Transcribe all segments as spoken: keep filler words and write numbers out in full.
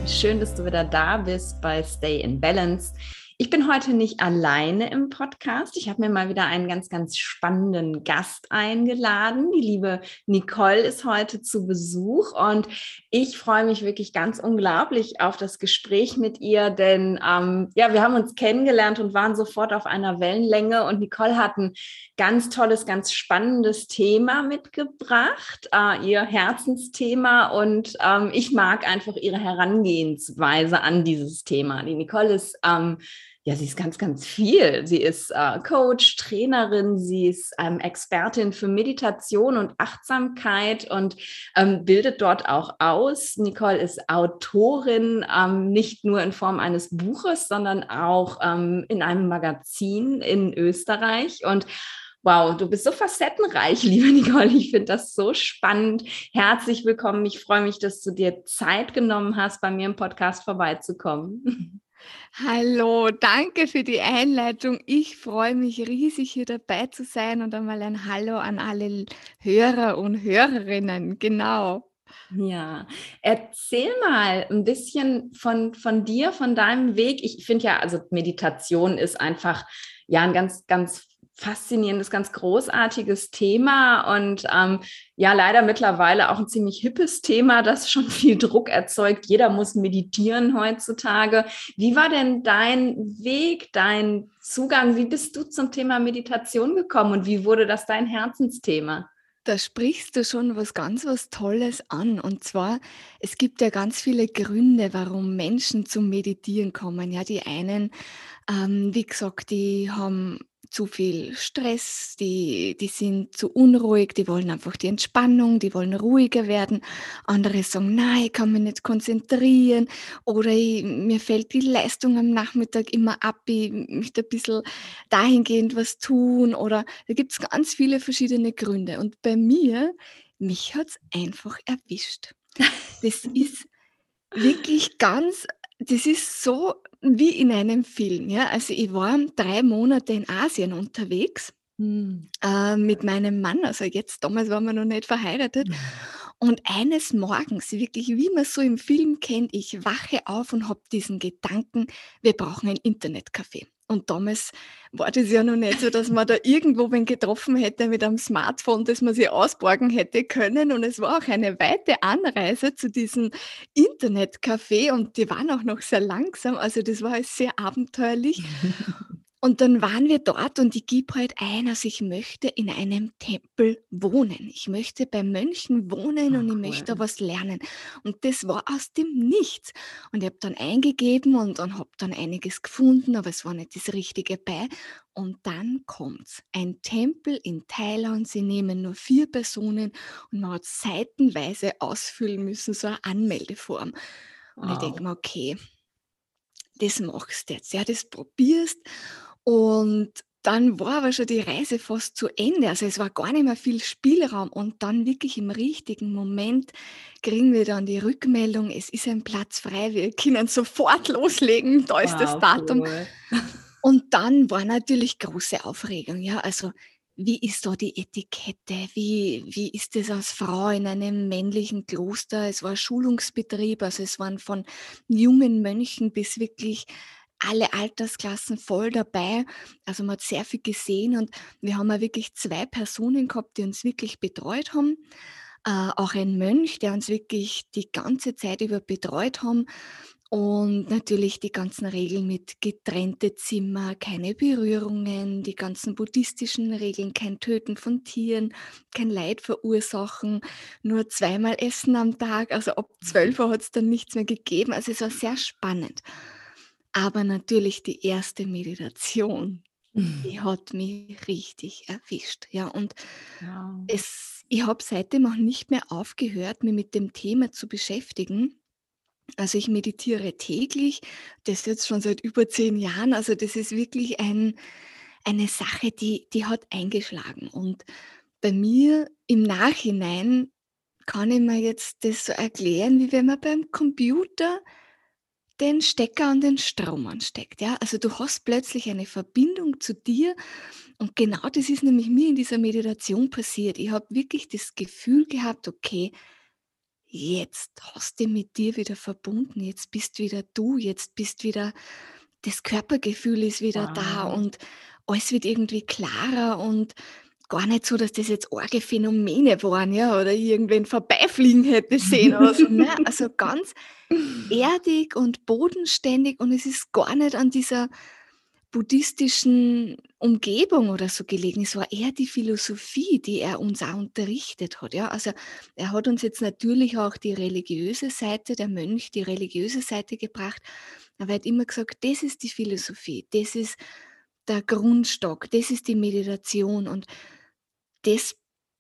Schön, dass du wieder da bist bei Stay in Balance. Ich bin heute nicht alleine im Podcast. Ich habe mir mal wieder einen ganz, ganz spannenden Gast eingeladen. Die liebe Nicole ist heute zu Besuch und ich freue mich wirklich ganz unglaublich auf das Gespräch mit ihr, denn ähm, ja, wir haben uns kennengelernt und waren sofort auf einer Wellenlänge und Nicole hat ein ganz tolles, ganz spannendes Thema mitgebracht, äh, ihr Herzensthema und ähm, ich mag einfach ihre Herangehensweise an dieses Thema. Die Nicole ist ähm, Ja, sie ist ganz, ganz viel. Sie ist äh, Coach, Trainerin, sie ist ähm, Expertin für Meditation und Achtsamkeit und ähm, bildet dort auch aus. Nicole ist Autorin, ähm, nicht nur in Form eines Buches, sondern auch ähm, in einem Magazin in Österreich. Und wow, du bist so facettenreich, liebe Nicole. Ich finde das so spannend. Herzlich willkommen. Ich freue mich, dass du dir Zeit genommen hast, bei mir im Podcast vorbeizukommen. Hallo, danke für die Einleitung. Ich freue mich riesig, hier dabei zu sein und einmal ein Hallo an alle Hörer und Hörerinnen. Genau. Ja, erzähl mal ein bisschen von, von dir, von deinem Weg. Ich finde ja, also Meditation ist einfach ja ein ganz, ganz faszinierendes, ganz großartiges Thema und ähm, ja, leider mittlerweile auch ein ziemlich hippes Thema, das schon viel Druck erzeugt. Jeder muss meditieren heutzutage. Wie war denn dein Weg, dein Zugang? Wie bist du zum Thema Meditation gekommen und wie wurde das dein Herzensthema? Da sprichst du schon was ganz was Tolles an. Und zwar, es gibt ja ganz viele Gründe, warum Menschen zum Meditieren kommen. Ja, die einen, ähm, wie gesagt, die haben zu viel Stress, die, die sind zu unruhig, die wollen einfach die Entspannung, die wollen ruhiger werden. Andere sagen, nein, ich kann mich nicht konzentrieren oder ich, mir fällt die Leistung am Nachmittag immer ab, ich möchte ein bisschen dahingehend was tun oder da gibt es ganz viele verschiedene Gründe. Und bei mir, mich hat es einfach erwischt. Das ist wirklich ganz das ist so wie in einem Film, ja. Also, ich war drei Monate in Asien unterwegs, Hm. äh, mit meinem Mann. Also, jetzt damals waren wir noch nicht verheiratet. Und eines Morgens, wirklich wie man so im Film kennt, ich wache auf und habe diesen Gedanken: „Wir brauchen ein Internetcafé.“ Und damals war das ja noch nicht so, dass man da irgendwo wen getroffen hätte mit einem Smartphone, das man sich ausborgen hätte können. Und es war auch eine weite Anreise zu diesem Internetcafé und die waren auch noch sehr langsam. Also, das war alles sehr abenteuerlich. Und dann waren wir dort und ich gebe halt ein, also ich möchte in einem Tempel wohnen. Ich möchte bei Mönchen wohnen Oh, und ich cool. möchte da was lernen. Und das war aus dem Nichts. Und ich habe dann eingegeben und, und habe dann einiges gefunden, aber es war nicht das Richtige bei. Und dann kommt's. Ein Tempel in Thailand, sie nehmen nur vier Personen und man hat seitenweise ausfüllen müssen, so eine Anmeldeform. Und ich denke Wow. mir, okay, das machst jetzt, ja, das probierst. Und dann war aber schon die Reise fast zu Ende. Also, es war gar nicht mehr viel Spielraum und dann wirklich im richtigen Moment kriegen wir dann die Rückmeldung: „Es ist ein Platz frei, wir können sofort loslegen, da ist das Wow, Datum.“ cool. Und dann war natürlich große Aufregung, ja. Also, wie ist da die Etikette? Wie wie ist das als Frau in einem männlichen Kloster? Es war Schulungsbetrieb, also es waren von jungen Mönchen bis wirklich alle Altersklassen voll dabei. Also, man hat sehr viel gesehen und wir haben auch wirklich zwei Personen gehabt, die uns wirklich betreut haben. Äh, auch ein Mönch, der uns wirklich die ganze Zeit über betreut haben. Und natürlich die ganzen Regeln mit getrennte Zimmer, keine Berührungen, die ganzen buddhistischen Regeln, kein Töten von Tieren, kein Leid verursachen, nur zweimal essen am Tag. Also ab zwölf Uhr hat es dann nichts mehr gegeben. Also es war sehr spannend. Aber natürlich die erste Meditation, die hat mich richtig erwischt. Ja, und Wow. es ich habe seitdem auch nicht mehr aufgehört, mich mit dem Thema zu beschäftigen. Also, ich meditiere täglich, das jetzt schon seit über zehn Jahren. Also, das ist wirklich ein eine Sache, die die hat eingeschlagen. Und bei mir im Nachhinein kann ich mir jetzt das so erklären, wie wenn man beim Computer den Stecker an den Strom ansteckt, ja? Also, du hast plötzlich eine Verbindung zu dir und genau das ist nämlich mir in dieser Meditation passiert. Ich habe wirklich das Gefühl gehabt: „Okay, jetzt hast du dich mit dir wieder verbunden, jetzt bist wieder du, jetzt bist wieder, das Körpergefühl ist wieder da Wow. und alles wird irgendwie klarer und gar nicht so, dass das jetzt arge Phänomene waren, ja, oder ich irgendwen vorbeifliegen hätte sehen oder so. Nein, also ganz erdig und bodenständig und es ist gar nicht an dieser buddhistischen Umgebung oder so gelegen. Es war eher die Philosophie, die er uns auch unterrichtet hat, ja. Also, er hat uns jetzt natürlich auch die religiöse Seite, der Mönch, die religiöse Seite gebracht, aber er hat immer gesagt: „Das ist die Philosophie, das ist der Grundstock, das ist die Meditation und das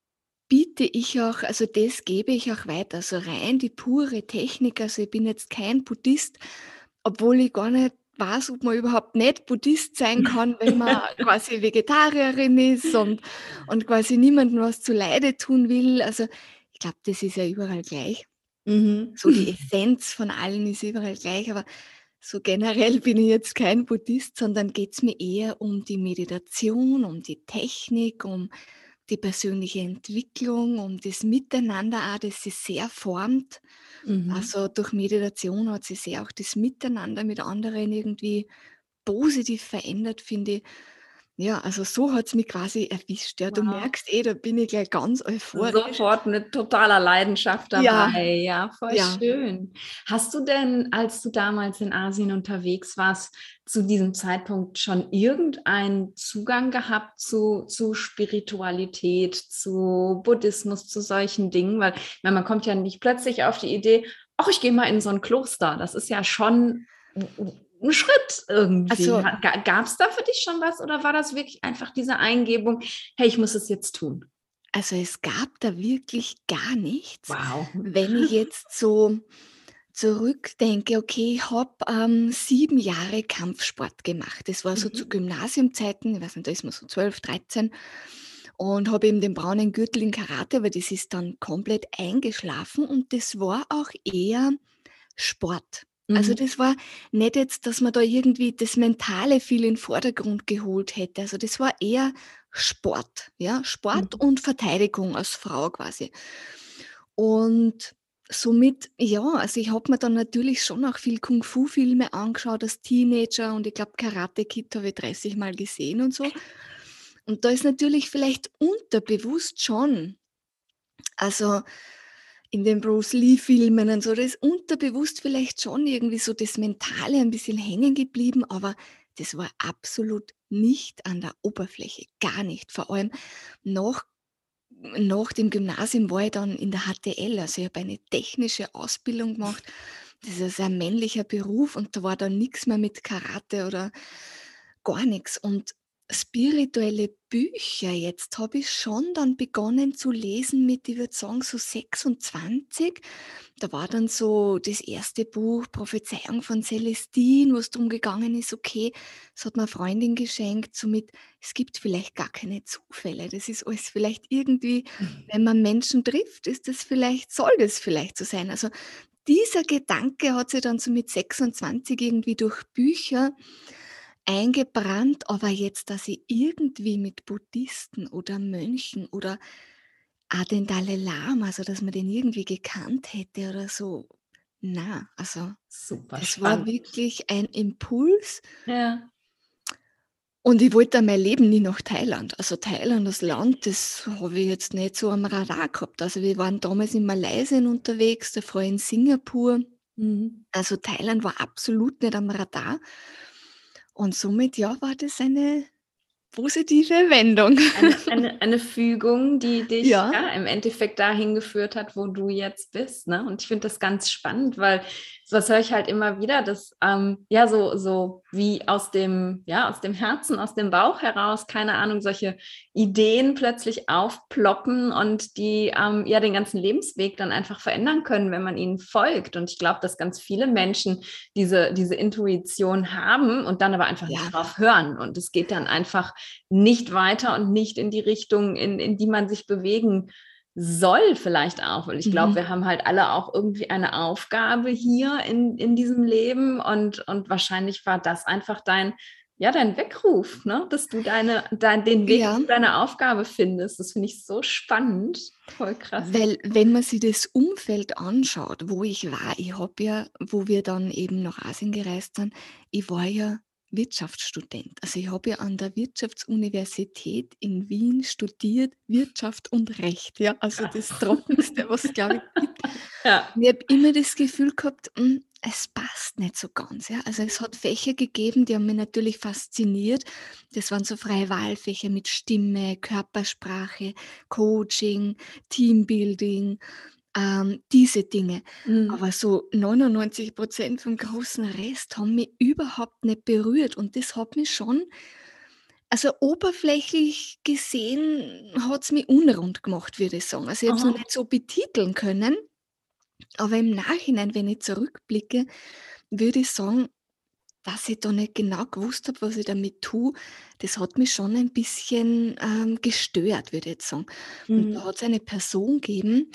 biete ich auch, also das gebe ich auch weiter, so rein die pure Technik. Also, ich bin jetzt kein Buddhist, obwohl ich gar nicht weiß, ob man überhaupt nicht Buddhist sein kann, wenn man quasi Vegetarierin ist und und quasi niemandem was zuleide tun will. Also, ich glaube, das ist ja überall gleich. Mhm. So die Essenz von allen ist überall gleich, aber so generell bin ich jetzt kein Buddhist, sondern geht's mir eher um die Meditation, um die Technik, um die persönliche Entwicklung, um das Miteinander auch, das sie sehr formt. Mhm. Also, durch Meditation hat sich sehr auch das Miteinander mit anderen irgendwie positiv verändert, finde ich. Ja, also so hat's mich quasi erwischt. Ja, du Wow. merkst eh, da bin ich gleich ganz euphorisch. Sofort mit totaler Leidenschaft Ja, dabei. Ja, voll ja. schön. Hast du denn, als du damals in Asien unterwegs warst, zu diesem Zeitpunkt schon irgendeinen Zugang gehabt zu zu Spiritualität, zu Buddhismus, zu solchen Dingen? Weil, ich meine, man kommt ja nicht plötzlich auf die Idee: „Ach, ich gehe mal in so 'n Kloster.“ Das ist ja schon 'n 'n 'n Schritt irgendwie. Also Ha ga gab's da für dich schon was oder war das wirklich einfach diese Eingebung: „Hey, ich muss es jetzt tun?“ also, es gab da wirklich gar nichts. Wow. Wenn ich jetzt so zurückdenke, okay, ich habe, ähm, sieben Jahre Kampfsport gemacht. Das war so zu Mhm. Gymnasiumzeiten, ich weiß nicht, da ist man so zwölf, dreizehn und habe eben den braunen Gürtel in Karate, aber das ist dann komplett eingeschlafen und das war auch eher Sport. Also, Mhm. das war nicht jetzt, dass man da irgendwie das Mentale viel in den Vordergrund geholt hätte. Also, das war eher Sport, ja, Sport Mhm. und Verteidigung als Frau quasi. Und somit, ja, also ich habe mir dann natürlich schon auch viel Kung-Fu-Filme angeschaut als Teenager und ich glaube, Karate Kid habe ich dreißig Mal gesehen und so. Und da ist natürlich vielleicht unterbewusst schon, also in den Bruce Lee-Filmen und so, da ist unterbewusst vielleicht schon irgendwie so das Mentale ein bisschen hängen geblieben, aber das war absolut nicht an der Oberfläche, gar nicht. Vor allem nach nach dem Gymnasium war ich dann in der H T L, also ich habe eine technische Ausbildung gemacht. Das ist ein sehr männlicher Beruf und da war dann nix mehr mit Karate oder gar nix. Und spirituelle Bücher, jetzt habe ich schon dann begonnen zu lesen mit, ich würde sagen, so sechsundzwanzig. Da war dann so das erste Buch Prophezeiung von Celestine, wo's drum gegangen ist, okay, das hat mir 'ne Freundin geschenkt, so mit: „Es gibt vielleicht gar keine Zufälle. Das ist alles vielleicht irgendwie, wenn man Menschen trifft, ist das vielleicht, soll das vielleicht so sein.“ Also, dieser Gedanke hat sich dann so mit sechsundzwanzig irgendwie durch Bücher eingebrannt, aber jetzt, dass ich irgendwie mit Buddhisten oder Mönchen oder auch den Dalai Lama, also dass man den irgendwie gekannt hätte oder so, na, also Super das war spannend. wirklich ein Impuls Ja. und ich wollte auch mein Leben nie nach Thailand. Also Thailand als Land, das habe ich jetzt nicht so am Radar gehabt. Also wir waren damals in Malaysia unterwegs, davor in Singapur. Mhm. Also Thailand war absolut nicht am Radar und somit, ja, war das eine positive Wendung. Eine eine eine Fügung, die dich, Ja, ja, im Endeffekt dahin geführt hat, wo du jetzt bist, ne? Und ich finde das ganz spannend, weil das höre ich halt immer wieder, dass, ähm, ja, so so wie aus dem ja, aus dem Herzen, aus dem Bauch heraus, keine Ahnung, solche Ideen plötzlich aufploppen und die, ähm, ja, den ganzen Lebensweg dann einfach verändern können, wenn man ihnen folgt. Und ich glaube, dass ganz viele Menschen diese diese Intuition haben und dann aber einfach ja, nicht drauf hören. Und es geht dann einfach nicht weiter und nicht in die Richtung, in, in die man sich bewegen soll, vielleicht auch. Weil ich glaube, mhm. wir haben halt alle auch irgendwie eine Aufgabe hier in, in diesem Leben und, und wahrscheinlich war das einfach dein ja, dein Weckruf, ne? Dass du deine, dein, den Weg Ja, zu deiner Aufgabe findest. Das finde ich so spannend. Voll krass. weil wenn man sich das Umfeld anschaut, wo ich war, ich habe ja, wo wir dann eben nach Asien gereist sind, ich war ja Wirtschaftsstudent. Also ich habe ja an der Wirtschaftsuniversität in Wien studiert, Wirtschaft und Recht. Ja, also das Krass. Trockenste, was es, glaube ich, gibt. Ja. Und ich habe immer das Gefühl gehabt, hm, es passt nicht so ganz, ja. Also, es hat Fächer gegeben, die haben mich natürlich fasziniert. Das waren so freie Wahlfächer mit Stimme, Körpersprache, Coaching, Teambuilding, ähm, diese Dinge. Mhm. Aber so neunundneunzig Prozent vom großen Rest haben mich überhaupt nicht berührt und das hat mich schon, also, oberflächlich gesehen hat's mich unrund gemacht, würde ich sagen. Also, ich habe es noch Aha. nicht so betiteln können, aber im Nachhinein, wenn ich zurückblicke, würde ich sagen, dass ich da nicht genau gewusst habe, was ich damit tue, das hat mich schon ein bisschen, ähm, gestört, würde ich jetzt sagen. Und da Mhm. hat's eine Person gegeben,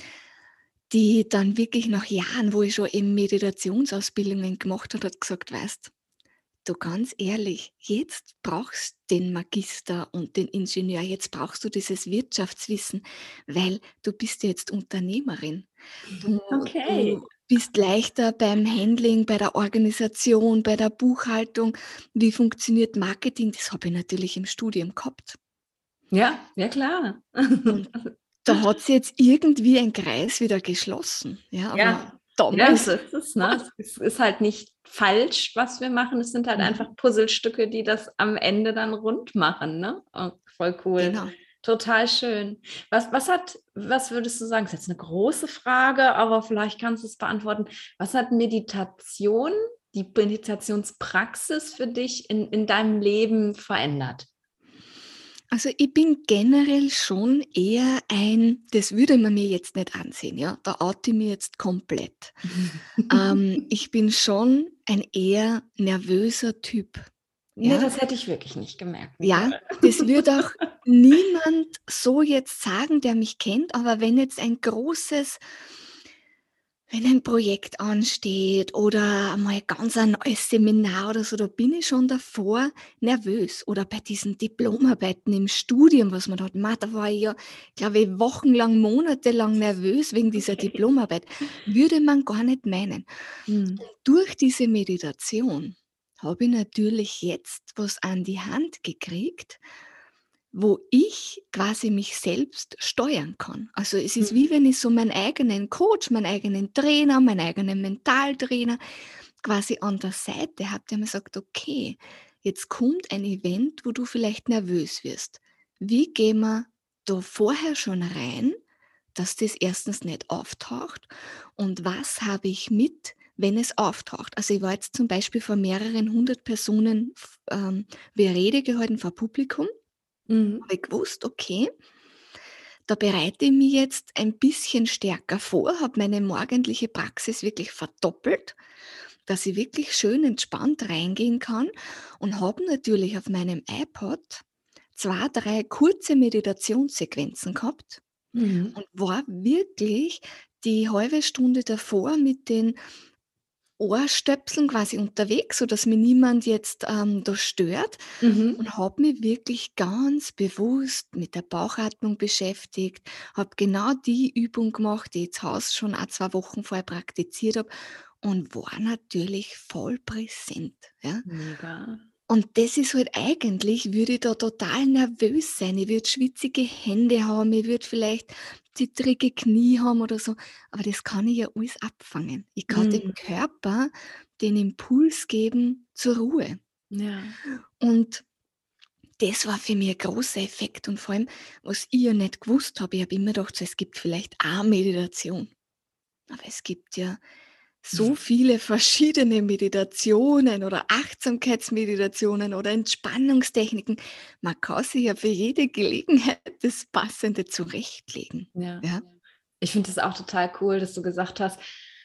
die dann wirklich nach Jahren, wo ich schon eben Meditationsausbildungen gemacht habe, hat gesagt: „Weißt du, ganz ehrlich, jetzt brauchst den Magister und den Ingenieur, jetzt brauchst du dieses Wirtschaftswissen, weil du bist ja jetzt Unternehmerin. Du Okay. du bist leichter beim Handling, bei der Organisation, bei der Buchhaltung. Wie funktioniert Marketing?“ Das habe ich natürlich im Studium gehabt. Ja, ja klar. Und da hat sich jetzt irgendwie ein Kreis wieder geschlossen, ja, aber Ja, ja, so damals ist es, ne? Es ist ist halt nicht falsch, was wir machen. Es sind halt mhm, einfach Puzzlestücke, die das am Ende dann rund machen, ne? Oh, voll cool. genau. Total schön. Was was hat was würdest du sagen, ist jetzt 'ne große Frage, aber vielleicht kannst du's beantworten. Was hat Meditation, die Meditationspraxis für dich in in deinem Leben verändert? Also, ich bin generell schon eher ein, das würde man mir jetzt nicht ansehen, ja, da oute ich mich jetzt komplett. Ähm, ich bin schon ein eher nervöser Typ, Ne, ja? das hätte ich wirklich nicht gemerkt, Ja, Nicole. das würde auch niemand so jetzt sagen, der mich kennt, aber wenn jetzt ein großes wenn ein Projekt ansteht oder mal ganz ein neues Seminar oder so, da bin ich schon davor nervös. Oder bei diesen Diplomarbeiten im Studium, was man da hat, ma, da war ich ja, glaube ich, wochenlang, monatelang nervös wegen dieser Okay. Diplomarbeit. Würde man gar nicht meinen. Mhm. Und durch diese Meditation habe ich natürlich jetzt was an die Hand gekriegt, wo ich quasi mich selbst steuern kann. Also, es ist Mhm. wie wenn ich so meinen eigenen Coach, meinen eigenen Trainer, meinen eigenen Mentaltrainer quasi an der Seite habe, der mir sagt: „Okay, jetzt kommt ein Event, wo du vielleicht nervös wirst. Wie gehen wir da vorher schon rein, dass das erstens nicht auftaucht und was habe ich mit, wenn es auftaucht?“ Also, ich war jetzt zum Beispiel vor mehreren hundert Personen f ähm, wie 'ne Rede gehalten vor Publikum, Mhm. habe ich gewusst, okay, da bereite ich mich jetzt ein bisschen stärker vor, habe meine morgendliche Praxis wirklich verdoppelt, dass ich wirklich schön entspannt reingehen kann und habe natürlich auf meinem iPod zwei, drei kurze Meditationssequenzen gehabt Mhm. und war wirklich die halbe Stunde davor mit den Ohrstöpseln quasi unterwegs, sodass mich niemand jetzt, ähm, da stört Mhm. und habe mich wirklich ganz bewusst mit der Bauchatmung beschäftigt, habe genau die Übung gemacht, die ich zu Hause schon auch zwei Wochen vorher praktiziert habe und war natürlich voll präsent, ja. Mega. Und das ist halt eigentlich, würde ich da total nervös sein. Ich würde schwitzige Hände haben, ich würde vielleicht zittrige Knie haben oder so, aber das kann ich ja alles abfangen. Ich kann dem Mhm. Körper den Impuls geben zur Ruhe. Ja. Und das war für mich 'n großer Effekt und vor allem, was ich ja nicht gewusst habe, ich habe immer gedacht, so, es gibt vielleicht eine Meditation, aber es gibt ja so viele verschiedene Meditationen oder Achtsamkeitsmeditationen oder Entspannungstechniken. Man kann sich ja für jede Gelegenheit das Passende zurechtlegen, Ja. ja? Ich finde das auch total cool, dass du gesagt hast,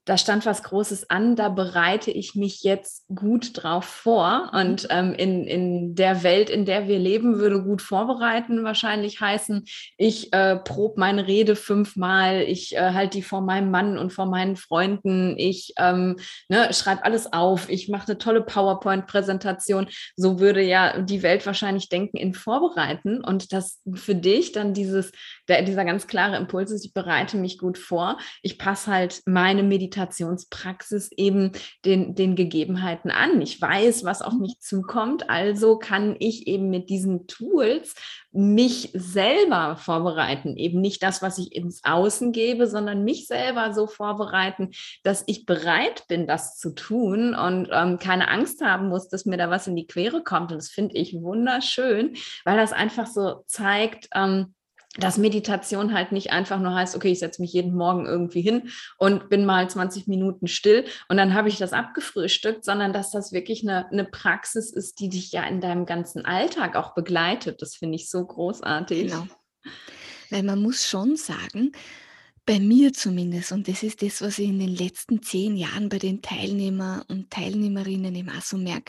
da stand was Großes an, da bereite ich mich jetzt gut drauf vor. Und ähm, in, in der Welt, in der wir leben, würde gut vorbereiten wahrscheinlich heißen, ich äh, probe meine Rede fünfmal, ich äh, halte die vor meinem Mann und vor meinen Freunden, ich ähm, ne, schreibe alles auf, ich mache eine tolle PowerPoint-Präsentation. So würde ja die Welt wahrscheinlich denken in Vorbereiten. Und das für dich dann dieses, der, dieser ganz klare Impuls ist, ich bereite mich gut vor, ich passe halt meine Meditationspraxis eben den, den Gegebenheiten an. Ich weiß, was auf mich zukommt, also kann ich eben mit diesen Tools mich selber vorbereiten. Eben nicht das, was ich ins Außen gebe, sondern mich selber so vorbereiten, dass ich bereit bin, das zu tun und ähm, keine Angst haben muss, dass mir da was in die Quere kommt. Und das finde ich wunderschön, weil das einfach so zeigt, ähm, dass Meditation halt nicht einfach nur heißt, okay, ich setze mich jeden Morgen irgendwie hin und bin mal zwanzig Minuten still und dann habe ich das abgefrühstückt, sondern dass das wirklich eine, eine Praxis ist, die dich ja in deinem ganzen Alltag auch begleitet. Das finde ich so großartig. Genau. Weil man muss schon sagen, bei mir zumindest, und das ist das, was ich in den letzten zehn Jahren bei den Teilnehmer und Teilnehmerinnen eben auch so merke,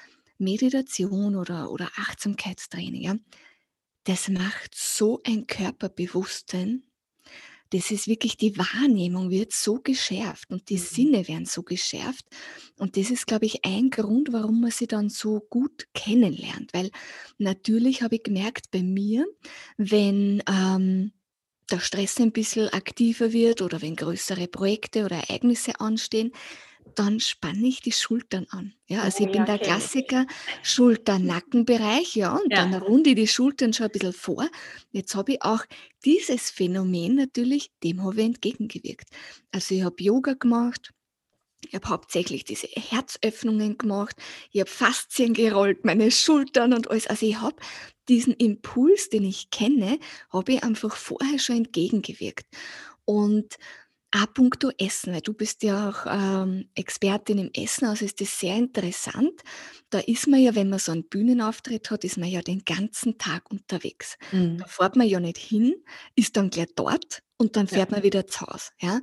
Meditation oder, oder Achtsamkeitstraining, ja, das macht so ein Körperbewusstsein. Das ist wirklich, die Wahrnehmung wird so geschärft und die Mhm. Sinne werden so geschärft. Und das ist, glaube ich, ein Grund, warum man sie dann so gut kennenlernt. Weil natürlich habe ich gemerkt bei mir, wenn ähm, der Stress ein bisschen aktiver wird oder wenn größere Projekte oder Ereignisse anstehen, dann spanne ich die Schultern an. Ja, also Oh ich bin ja, der kenne ich. Klassiker Schulter-Nackenbereich, ja, und dann Ja. runde ich die Schultern schon ein bisschen vor. Jetzt habe ich auch dieses Phänomen natürlich, dem habe ich entgegengewirkt. Also ich habe Yoga gemacht, ich habe hauptsächlich diese Herzöffnungen gemacht, ich habe Faszien gerollt, meine Schultern und alles. Also ich habe diesen Impuls, den ich kenne, habe ich einfach vorher schon entgegengewirkt. Und auch puncto Essen, weil du bist ja auch ähm, Expertin im Essen, also ist das sehr interessant. Da ist man ja, wenn man so einen Bühnenauftritt hat, ist man ja den ganzen Tag unterwegs. Da Mhm. fährt man ja nicht hin, ist dann gleich dort und dann Ja. fährt man wieder zu Hause. Ja?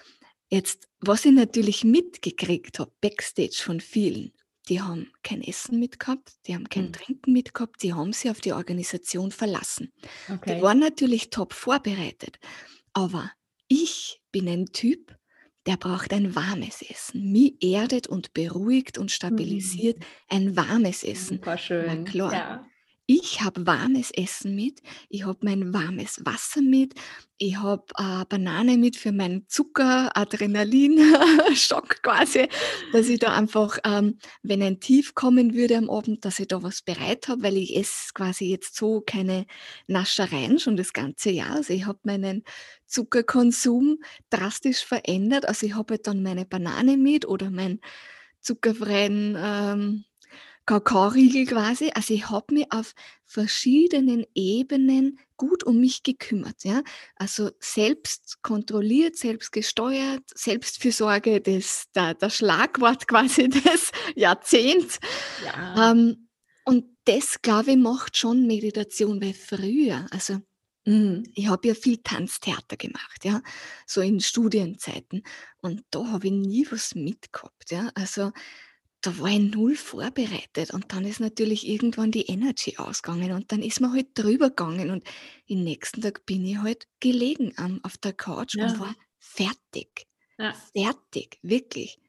Jetzt, was ich natürlich mitgekriegt habe, Backstage von vielen, die haben kein Essen mitgehabt, die haben kein Mhm. Trinken mitgehabt, die haben sich auf die Organisation verlassen. Die Okay. waren natürlich top vorbereitet, aber ich bin ein Typ, der braucht ein warmes Essen. Mich erdet und beruhigt und Mhm. stabilisiert ein warmes Essen. Super Na schön. klar, Ja. ich habe warmes Essen mit, ich habe mein warmes Wasser mit, ich habe äh, Banane mit für meinen Zucker, Adrenalin-Schock quasi, dass ich da einfach, ähm, wenn ein Tief kommen würde am Abend, dass ich da was bereit habe, weil ich esse quasi jetzt so keine Naschereien schon das ganze Jahr. Also ich habe meinen Zuckerkonsum drastisch verändert. Also ich habe halt dann meine Banane mit oder meinen zuckerfreien ähm, Kakaoriegel quasi. Also, ich habe mich auf verschiedenen Ebenen gut um mich gekümmert, ja. Also, selbst kontrolliert, selbst gesteuert, Selbstfürsorge, das der das Schlagwort quasi des Jahrzehnts. Ja. Ähm, und das, glaube ich, macht schon Meditation, weil früher, also, Mhm. ich habe ja viel Tanztheater gemacht, ja, so in Studienzeiten, und da habe ich nie was mitgehabt, ja. Also, da war ich null vorbereitet und dann ist natürlich irgendwann die Energy ausgegangen und dann ist man halt drüber gegangen und den nächsten Tag bin ich halt gelegen am auf der Couch und Ja. war fertig. Ja. Fertig, wirklich.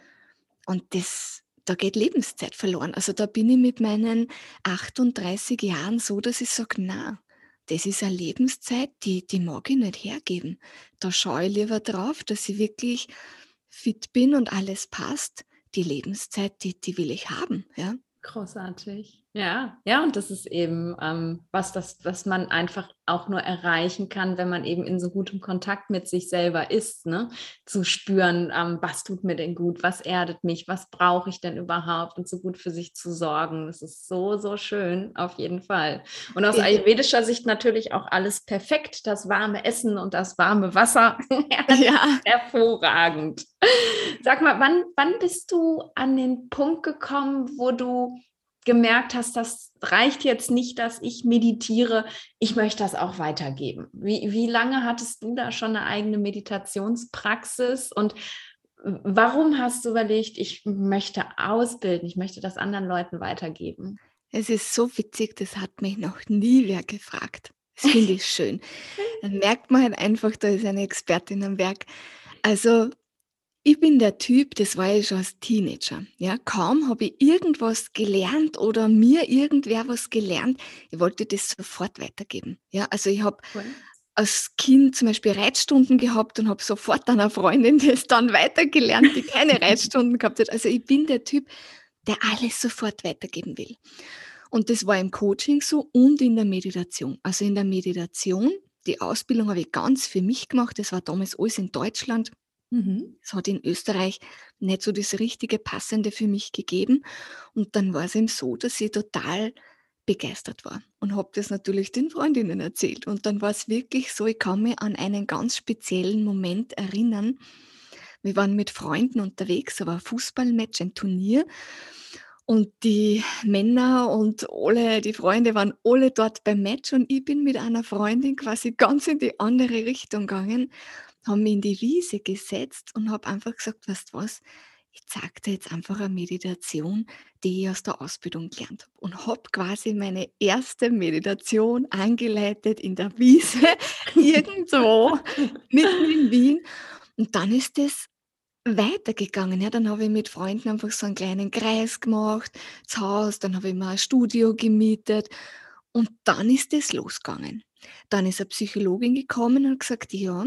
Und das, da geht Lebenszeit verloren. Also, da bin ich mit meinen achtunddreißig Jahren so, dass ich sage: „Na, das ist eine Lebenszeit, die die mag ich nicht hergeben. Da schaue ich lieber drauf, dass ich wirklich fit bin und alles passt. Die Lebenszeit, die die will ich haben", ja. Großartig. Ja, ja, und das ist eben ähm, was, das, was man einfach auch nur erreichen kann, wenn man eben in so gutem Kontakt mit sich selber ist, ne? Zu spüren, ähm, was tut mir denn gut, was erdet mich, was brauche ich denn überhaupt und so gut für sich zu sorgen. Das ist so, so schön, auf jeden Fall. Und aus Ja. ayurvedischer Sicht natürlich auch alles perfekt, das warme Essen und das warme Wasser. Ja. Hervorragend. Sag mal, wann, wann bist du an den Punkt gekommen, wo du gemerkt hast, das reicht jetzt nicht, dass ich meditiere, ich möchte das auch weitergeben? Wie, wie lange hattest du da schon eine eigene Meditationspraxis und Warum hast du überlegt, ich möchte ausbilden, ich möchte das anderen Leuten weitergeben? Es ist so witzig, das hat mich noch nie wer gefragt. Das finde ich schön. Dann merkt man halt einfach, da ist eine Expertin am Werk. Also, ich bin der Typ, das war ich schon als Teenager, ja. Kaum habe ich irgendwas gelernt oder mir irgendwer was gelernt, ich wollte das sofort weitergeben, ja. Also, ich habe Cool. als Kind zum Beispiel Reitstunden gehabt und habe sofort einer Freundin das dann weitergelernt, die keine Reitstunden gehabt hat. Also, ich bin der Typ, der alles sofort weitergeben will. Und das war im Coaching so und in der Meditation. Also, in der Meditation, die Ausbildung habe ich ganz für mich gemacht. Das war damals alles in Deutschland. Mhm. Es hat in Österreich nicht so das richtige Passende für mich gegeben. Und dann war es eben so, dass ich total begeistert war und habe das natürlich den Freundinnen erzählt. Und dann war es wirklich so, ich kann mich an einen ganz speziellen Moment erinnern. Wir waren mit Freunden unterwegs, da war ein Fußballmatch, ein Turnier. Und die Männer und alle, die Freunde waren alle dort beim Match und ich bin mit einer Freundin quasi ganz in die andere Richtung gegangen, habe mich in die Wiese gesetzt und habe einfach gesagt: „Weißt du was? Ich zeige dir jetzt einfach eine Meditation, die ich aus der Ausbildung gelernt habe.“ Und habe quasi meine erste Meditation eingeleitet in der Wiese irgendwo mitten in Wien. Und dann ist das weitergegangen, ja. Dann habe ich mit Freunden einfach so einen kleinen Kreis gemacht zu Haus, dann habe ich mir ein Studio gemietet und dann ist es losgegangen. Dann ist eine Psychologin gekommen und hat gesagt: „Ja,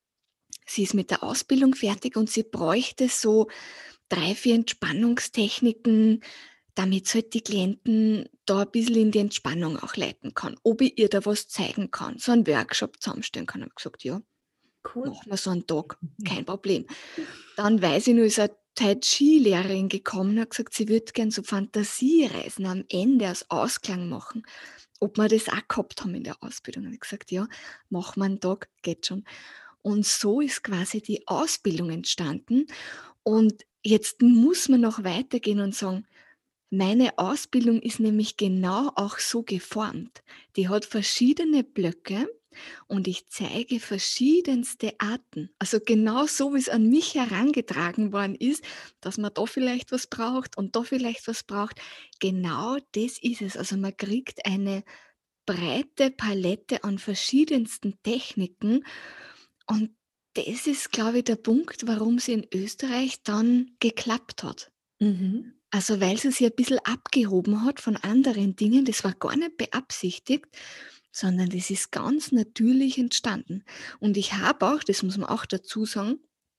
sie ist mit der Ausbildung fertig und sie bräuchte so drei vier Entspannungstechniken, damit sie halt die Klienten da ein bisschen in die Entspannung auch leiten kann. Ob ich ihr da was zeigen kann, so 'n Workshop zusammenstellen kann.“ Habe ich gesagt: „Ja, Cool. machen wir so einen Tag, kein Problem.“ Dann weiß ich noch, ist eine Tai-Chi-Lehrerin gekommen und hat gesagt, sie würde gern so Fantasiereisen am Ende als Ausklang machen. Ob wir das auch gehabt haben in der Ausbildung. Habe ich gesagt: „Ja, machen wir einen Tag, geht schon.“ Und so ist quasi die Ausbildung entstanden. Und jetzt muss man noch weitergehen und sagen, meine Ausbildung ist nämlich genau auch so geformt. Die hat verschiedene Blöcke und ich zeige verschiedenste Arten. Also genau so, wie es an mich herangetragen worden ist, dass man da vielleicht was braucht und da vielleicht was braucht. Genau das ist es. Also man kriegt eine breite Palette an verschiedensten Techniken und das ist, glaube ich, der Punkt, warum sie in Österreich dann geklappt hat. Mhm. Also, weil sie sich ein bisschen abgehoben hat von anderen Dingen, das war gar nicht beabsichtigt, sondern das ist ganz natürlich entstanden. Und ich habe auch, das muss man auch dazu sagen,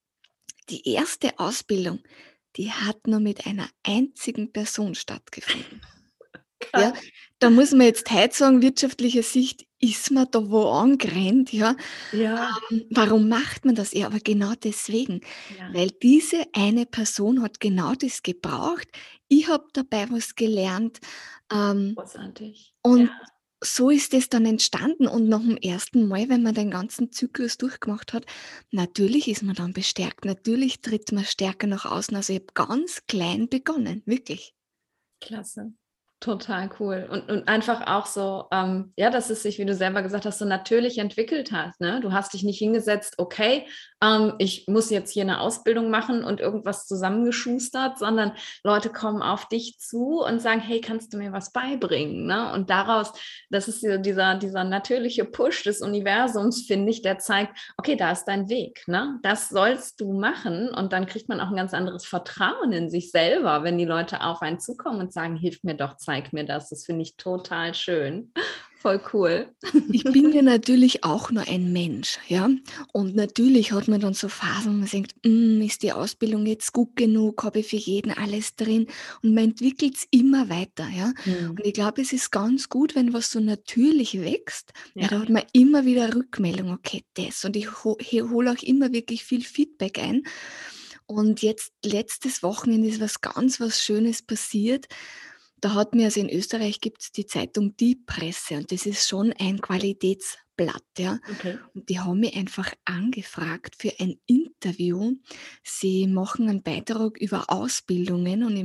die erste Ausbildung, die hat nur mit einer einzigen Person stattgefunden. Ja, Krass. da muss man jetzt heute sagen, wirtschaftliche Sicht, ist man da wo angerannt, ja? Ja, Ähm, warum macht man das? Ja, aber genau deswegen, ja, weil diese eine Person hat genau das gebraucht. Ich habe dabei was gelernt, ähm, großartig. Ja. und so ist es dann entstanden und nach dem ersten Mal, wenn man den ganzen Zyklus durchgemacht hat, natürlich ist man dann bestärkt. Natürlich tritt man stärker nach außen. Also, ich habe ganz klein begonnen, wirklich. Klasse. Total cool. Und und einfach auch so, ähm, ja, dass es sich, wie du selber gesagt hast, so natürlich entwickelt hat, ne? Du hast dich nicht hingesetzt: „Okay, ähm, ich muss jetzt hier eine Ausbildung machen und irgendwas zusammengeschustert“, sondern Leute kommen auf dich zu und sagen: „Hey, kannst du mir was beibringen“, ne? Und daraus das ist ja dieser dieser natürliche Push des Universums, finde ich, der zeigt: „Okay, da ist dein Weg, ne? Das sollst du machen.“ Und dann kriegt man auch ein ganz anderes Vertrauen in sich selber, wenn die Leute auf einen zukommen und sagen: „Hilf mir doch, zeig mir das.“ Das finde ich total schön. Voll cool. Ich bin ja natürlich auch nur ein Mensch, ja? Und natürlich hat man dann so Phasen, wo man denkt: „Hm, ist die Ausbildung jetzt gut genug? Habe ich für jeden alles drin?“ Und man entwickelt's immer weiter, ja? Mhm. Und ich glaube, es ist ganz gut, wenn was so natürlich wächst, weil Ja. da hat man immer wieder Rückmeldung: „Okay, das.“ Und ich ho he hole auch immer wirklich viel Feedback ein. Und jetzt letztes Wochenende ist was ganz was Schönes passiert. Da hat mir also in Österreich gibt's die Zeitung Die Presse und das ist schon ein Qualitätsblatt, ja. Okay. Und die haben mich einfach angefragt für ein Interview. Sie machen einen Beitrag über Ausbildungen und im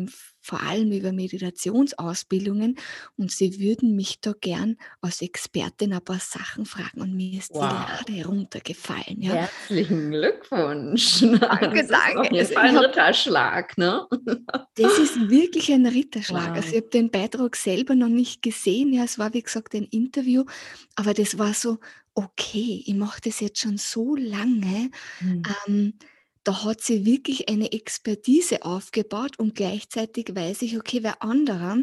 vor allem über Meditationsausbildungen und sie würden mich da gern als Expertin ein paar Sachen fragen und mir ist die Wow. Lade runtergefallen, ja. Herzlichen Glückwunsch. Danke, Das ist danke. auf jeden Also, Fall ich ein habe Ritterschlag, ne? das ist wirklich ein Ritterschlag. Also, ich Wow. habe den Beitrag selber noch nicht gesehen. Ja, es war, wie gesagt, ein Interview, aber das war so: „Okay, ich mache das jetzt schon so lange.“ Mhm. Ähm, Da hat sie wirklich eine Expertise aufgebaut und gleichzeitig weiß ich, okay, wer anderer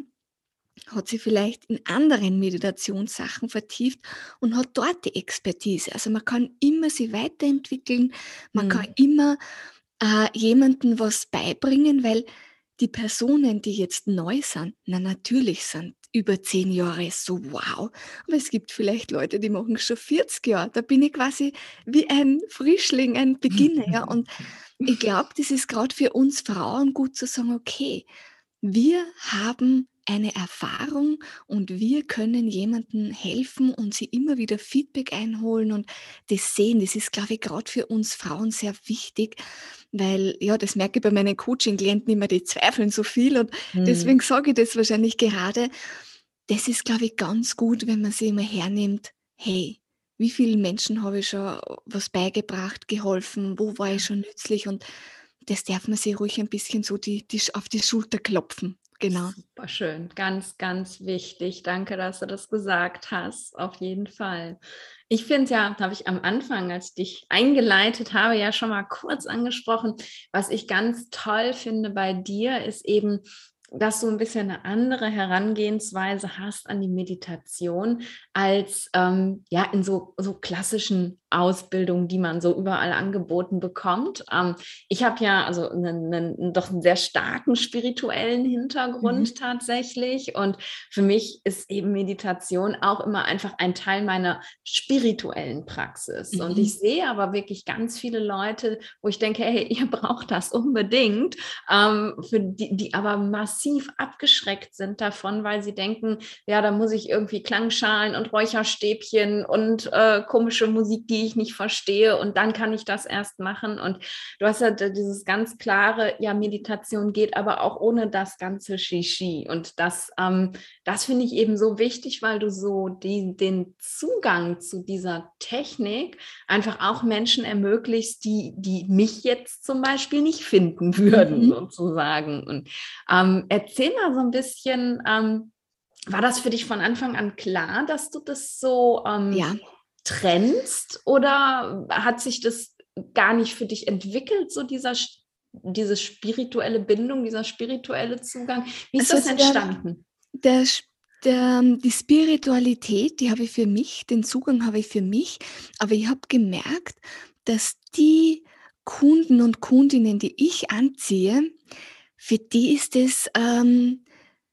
hat sich vielleicht in anderen Meditationssachen vertieft und hat dort die Expertise. Also, man kann immer sich weiterentwickeln, man kann Mhm. immer äh, jemandem was beibringen, weil die Personen, die jetzt neu sind, na natürlich sind über zehn Jahre so wow, aber es gibt vielleicht Leute, die machen schon vierzig Jahre. Da bin ich quasi wie ein Frischling, ein Beginner, ja. Und ich glaube, das ist gerade für uns Frauen gut zu sagen: „Okay, wir haben eine Erfahrung und wir können jemandem helfen und sie immer wieder Feedback einholen und das sehen.“ Das ist, glaube ich, gerade für uns Frauen sehr wichtig, weil ja, das merke ich bei meinen Coaching-Klienten immer, die zweifeln so viel und Mhm. deswegen sage ich das wahrscheinlich gerade. Das ist, glaube ich, ganz gut, wenn man sich immer hernimmt: „Hey, wie vielen Menschen habe ich schon was beigebracht, geholfen? Wo war ich schon nützlich?“ Und das darf man sich ruhig ein bisschen so die die auf die Schulter klopfen. Genau. Super schön, ganz, ganz wichtig. Danke, dass du das gesagt hast, auf jeden Fall. Ich finde ja, habe ich am Anfang, als ich dich eingeleitet habe, ja schon mal kurz angesprochen, was ich ganz toll finde bei dir, ist eben, dass du ein bisschen eine andere Herangehensweise hast an die Meditation als ähm, ja in so, so klassischen Ausbildungen, die man so überall angeboten bekommt. Ähm, ich habe ja also einen, einen, doch einen sehr starken spirituellen Mhm. Hintergrund tatsächlich. Und für mich ist eben Meditation auch immer einfach ein Teil meiner spirituellen Praxis. Und Mhm. ich sehe aber wirklich ganz viele Leute, wo ich denke, hey, ihr braucht das unbedingt, ähm, für die, die aber massiv abgeschreckt sind davon, weil sie denken, ja, da muss ich irgendwie Klangschalen und Räucherstäbchen und äh, komische Musik, die ich nicht verstehe, und dann kann ich das erst machen. Und du hast ja dieses ganz klare, ja, Meditation geht aber auch ohne das ganze Shishi. Und das, ähm, das finde ich eben so wichtig, weil du so die, den Zugang zu dieser Technik einfach auch Menschen ermöglichst, die, die mich jetzt zum Beispiel nicht finden würden, Mhm. sozusagen. Und ähm, erzähl mal so ein bisschen, ähm, war das für dich von Anfang an klar, dass du das so ähm, Ja. trennst, oder hat sich das gar nicht für dich entwickelt, so dieser, diese spirituelle Bindung, dieser spirituelle Zugang? Wie ist Also, das der entstanden? der Sch der die Spiritualität, die habe ich für mich, den Zugang habe ich für mich, aber ich habe gemerkt, dass die Kunden und Kundinnen, die ich anziehe, für die ist es, ähm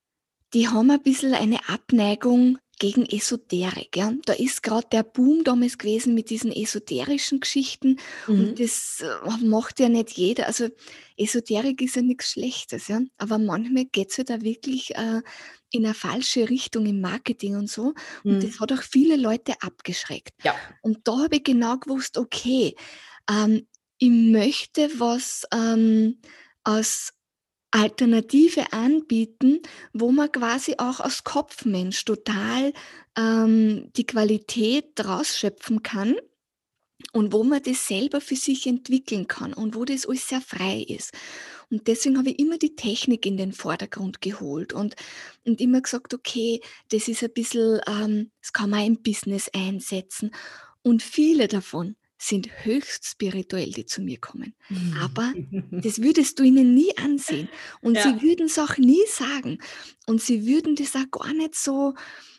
die haben ein bisschen eine Abneigung gegen Esoterik, ja. Da ist gerade der Boom damals gewesen mit diesen esoterischen Geschichten und Mhm. das, äh, macht ja nicht jeder. Also, Esoterik ist ja nichts Schlechtes, ja, aber manchmal geht's halt auch wirklich, äh, in eine falsche Richtung im Marketing und so und das Mhm. hat auch viele Leute abgeschreckt. Ja. Und da habe ich genau gewusst, okay, ähm, ich möchte was, ähm, als Alternative anbieten, wo man quasi auch als Kopfmensch total, ähm, die Qualität rausschöpfen kann und wo man das selber für sich entwickeln kann und wo das alles sehr frei ist. Und deswegen habe ich immer die Technik in den Vordergrund geholt und und immer gesagt: „Okay, das ist ein bisschen, ähm, das kann man im Business einsetzen.“ Und viele davon sind höchst spirituell, die zu mir kommen. Aber das würdest du ihnen nie ansehen und sie Ja. würden's auch nie sagen und sie würden das auch gar nicht so,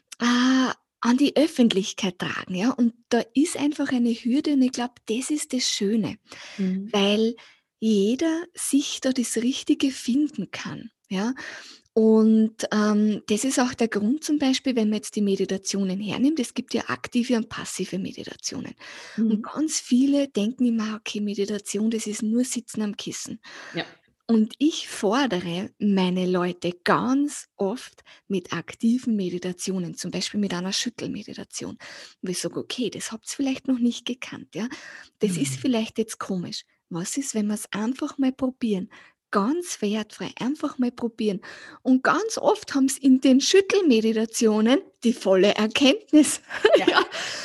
äh, an die Öffentlichkeit tragen, ja? Und da ist einfach eine Hürde und ich glaube, das ist das Schöne, Mhm. weil jeder sich da das Richtige finden kann, ja? Und, ähm, das ist auch der Grund zum Beispiel, wenn man jetzt die Meditationen hernimmt, es gibt ja aktive und passive Meditationen. Und Mhm. ganz viele denken immer: „Okay, Meditation, das ist nur Sitzen am Kissen.“ Ja. Und ich fordere meine Leute ganz oft mit aktiven Meditationen, zum Beispiel mit einer Schüttelmeditation, wo ich sage: „Okay, das habt ihr vielleicht noch nicht gekannt, ja? Das ist Mhm. vielleicht jetzt komisch. Was ist, wenn wir es einfach mal probieren? ganz wertfrei. Einfach mal probieren. Und ganz oft haben sie in den Schüttelmeditationen die volle Erkenntnis. Ja. Ja.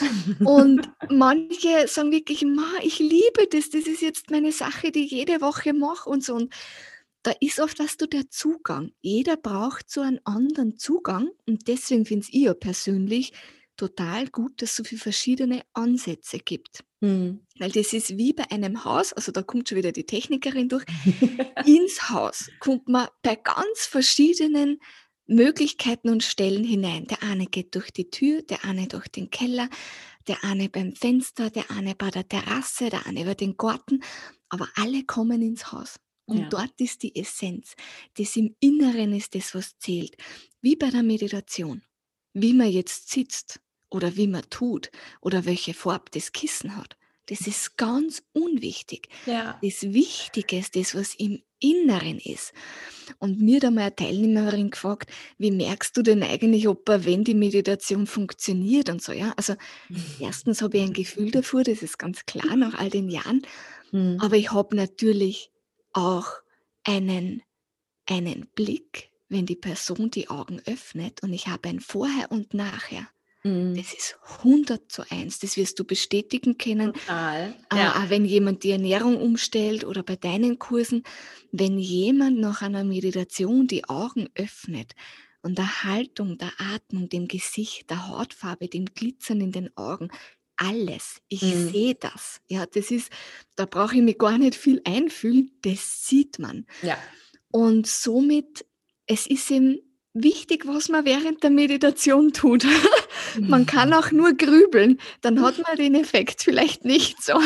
Und manche sagen wirklich: „Ma, ich liebe das, das ist jetzt meine Sache, die ich jede Woche mache“ und so. Und da ist oft, weißt du, der Zugang. Jeder braucht so einen anderen Zugang und deswegen finde ich ja persönlich total gut, dass es so viele verschiedene Ansätze gibt. Mhm. Weil das ist wie bei einem Haus, also da kommt schon wieder die Technikerin durch. Ins Haus kommt man bei ganz verschiedenen Möglichkeiten und Stellen hinein. Der eine geht durch die Tür, der eine durch den Keller, der eine beim Fenster, der eine bei der Terrasse, der eine über den Garten, aber alle kommen ins Haus. Und Ja. dort ist die Essenz. Das im Inneren ist das, was zählt. Wie bei der Meditation. Wie man jetzt sitzt oder wie man tut oder welche Farbe das Kissen hat. Das ist ganz unwichtig. Ja. Das Wichtige ist das, was im Inneren ist. Und mir hat einmal eine Teilnehmerin gefragt: „Wie merkst du denn eigentlich, ob äh, wenn die Meditation funktioniert?“ und so, ja. Also, erstens habe ich ein Gefühl dafür, das ist ganz klar nach all den Jahren, Mhm. aber ich habe natürlich auch einen einen Blick, wenn die Person die Augen öffnet und ich habe ein Vorher und Nachher. Mhm. Das ist hundert zu eins. Das wirst du bestätigen können. Total. Äh, Ja. auch wenn jemand die Ernährung umstellt oder bei deinen Kursen, wenn jemand nach einer Meditation die Augen öffnet und der Haltung, der Atmung, dem Gesicht, der Hautfarbe, dem Glitzern in den Augen, alles. Ich Mhm. sehe das. Ja, das ist, da brauche ich mich gar nicht viel einfühlen, das sieht man. Ja. Und somit, es ist eben wichtig, was man während der Meditation tut. Man kann auch nur grübeln, dann hat man den Effekt vielleicht nicht so.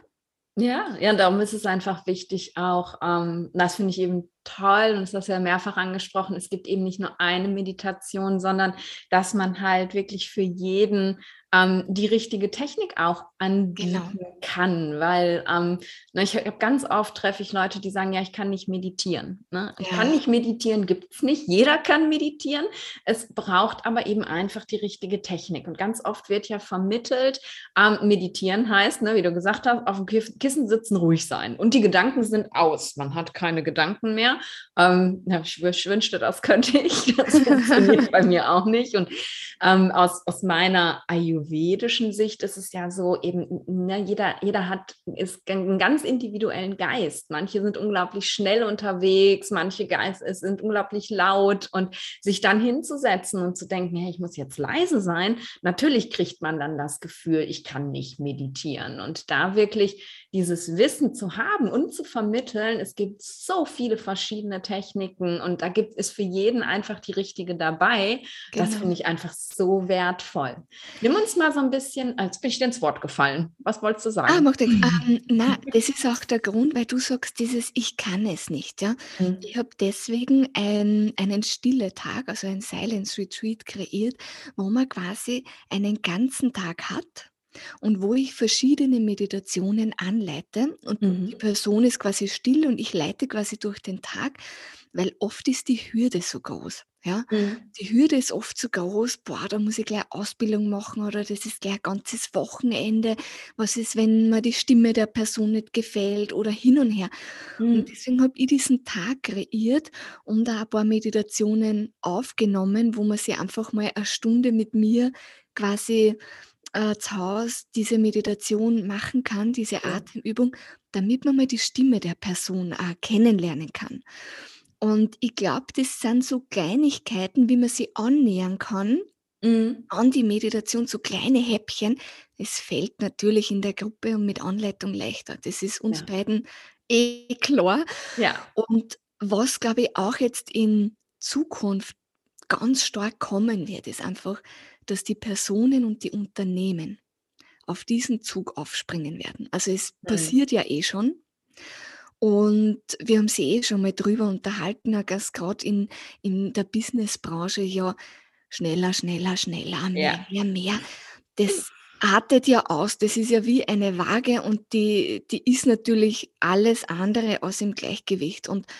Ja, ja, darum ist es einfach wichtig auch, ähm, das finde ich eben toll und das hast du ja mehrfach angesprochen, es gibt eben nicht nur eine Meditation, sondern dass man halt wirklich für jeden ähm, die richtige Technik auch Genau. anbieten kann, weil ähm, ne, ich habe ganz oft treffe ich Leute, die sagen, ja, ich kann nicht meditieren. Ne? Ich kann Ja, nicht meditieren, gibt es nicht. Jeder kann meditieren. Es braucht aber eben einfach die richtige Technik. Und ganz oft wird ja vermittelt, ähm, meditieren heißt, ne, wie du gesagt hast, auf dem Kif- Kissen sitzen, ruhig sein. Und die Gedanken sind aus. Man hat keine Gedanken mehr. Ähm, ja, ich, wünschte, wünschte, das könnte ich. Das funktioniert bei mir auch nicht. Und ähm, aus, aus meiner ayurvedischen Sicht ist es ja so, eben, ne, jeder, jeder hat ist einen ganz individuellen Geist. Manche sind unglaublich schnell unterwegs, manche Geist, es sind unglaublich laut. Und sich dann hinzusetzen und zu denken, hey, ich muss jetzt leise sein, natürlich kriegt man dann das Gefühl, ich kann nicht meditieren. Und da wirklich dieses Wissen zu haben und zu vermitteln, es gibt so viele verschiedene Techniken und da gibt es für jeden einfach die richtige dabei. Das genau. finde ich einfach so wertvoll. Nimm uns mal so ein bisschen, als bin ich dir ins Wort gefallen. Was wolltest du Ah, sagen? macht nix. Ähm, na, das ist auch der Grund, weil du sagst dieses: „Ich kann es nicht“, ja. Mhm. Ich habe deswegen ein einen Stille-Tag, also ein Silence Retreat kreiert, wo man quasi einen ganzen Tag hat und wo ich verschiedene Meditationen anleite und die Mhm. Person ist quasi still und ich leite quasi durch den Tag, weil oft ist die Hürde so groß, ja. Mhm. Die Hürde ist oft so groß: „Boah, da muss ich gleich Ausbildung machen oder das ist gleich ein ganzes Wochenende. Was ist, wenn mir die Stimme der Person nicht gefällt?“ oder hin und her. Und Mhm. deswegen habe ich diesen Tag kreiert und da ein paar Meditationen aufgenommen, wo man sich einfach mal eine Stunde mit mir quasi, äh, zu Hause diese Meditation machen kann, diese Schön. Atemübung, damit man mal die Stimme der Person auch kennenlernen kann. Und ich glaube, das sind so Kleinigkeiten, wie man sie annähern kann Mhm. an die Meditation, so kleine Häppchen. Es fällt natürlich in der Gruppe und mit Anleitung leichter. Das ist uns Ja. beiden eh klar. Ja. Und was, glaube ich, auch jetzt in Zukunft ganz stark kommen wird, ist einfach, dass die Personen und die Unternehmen auf diesen Zug aufspringen werden. Also es Mhm. passiert ja eh schon. Und wir haben sie eh schon mal drüber unterhalten, auch dass grad in in der Businessbranche ja schneller, schneller, schneller, mehr, Ja. mehr, mehr. Das artet ja aus. Das ist ja wie eine Waage und die die ist natürlich alles andere als im Gleichgewicht. Und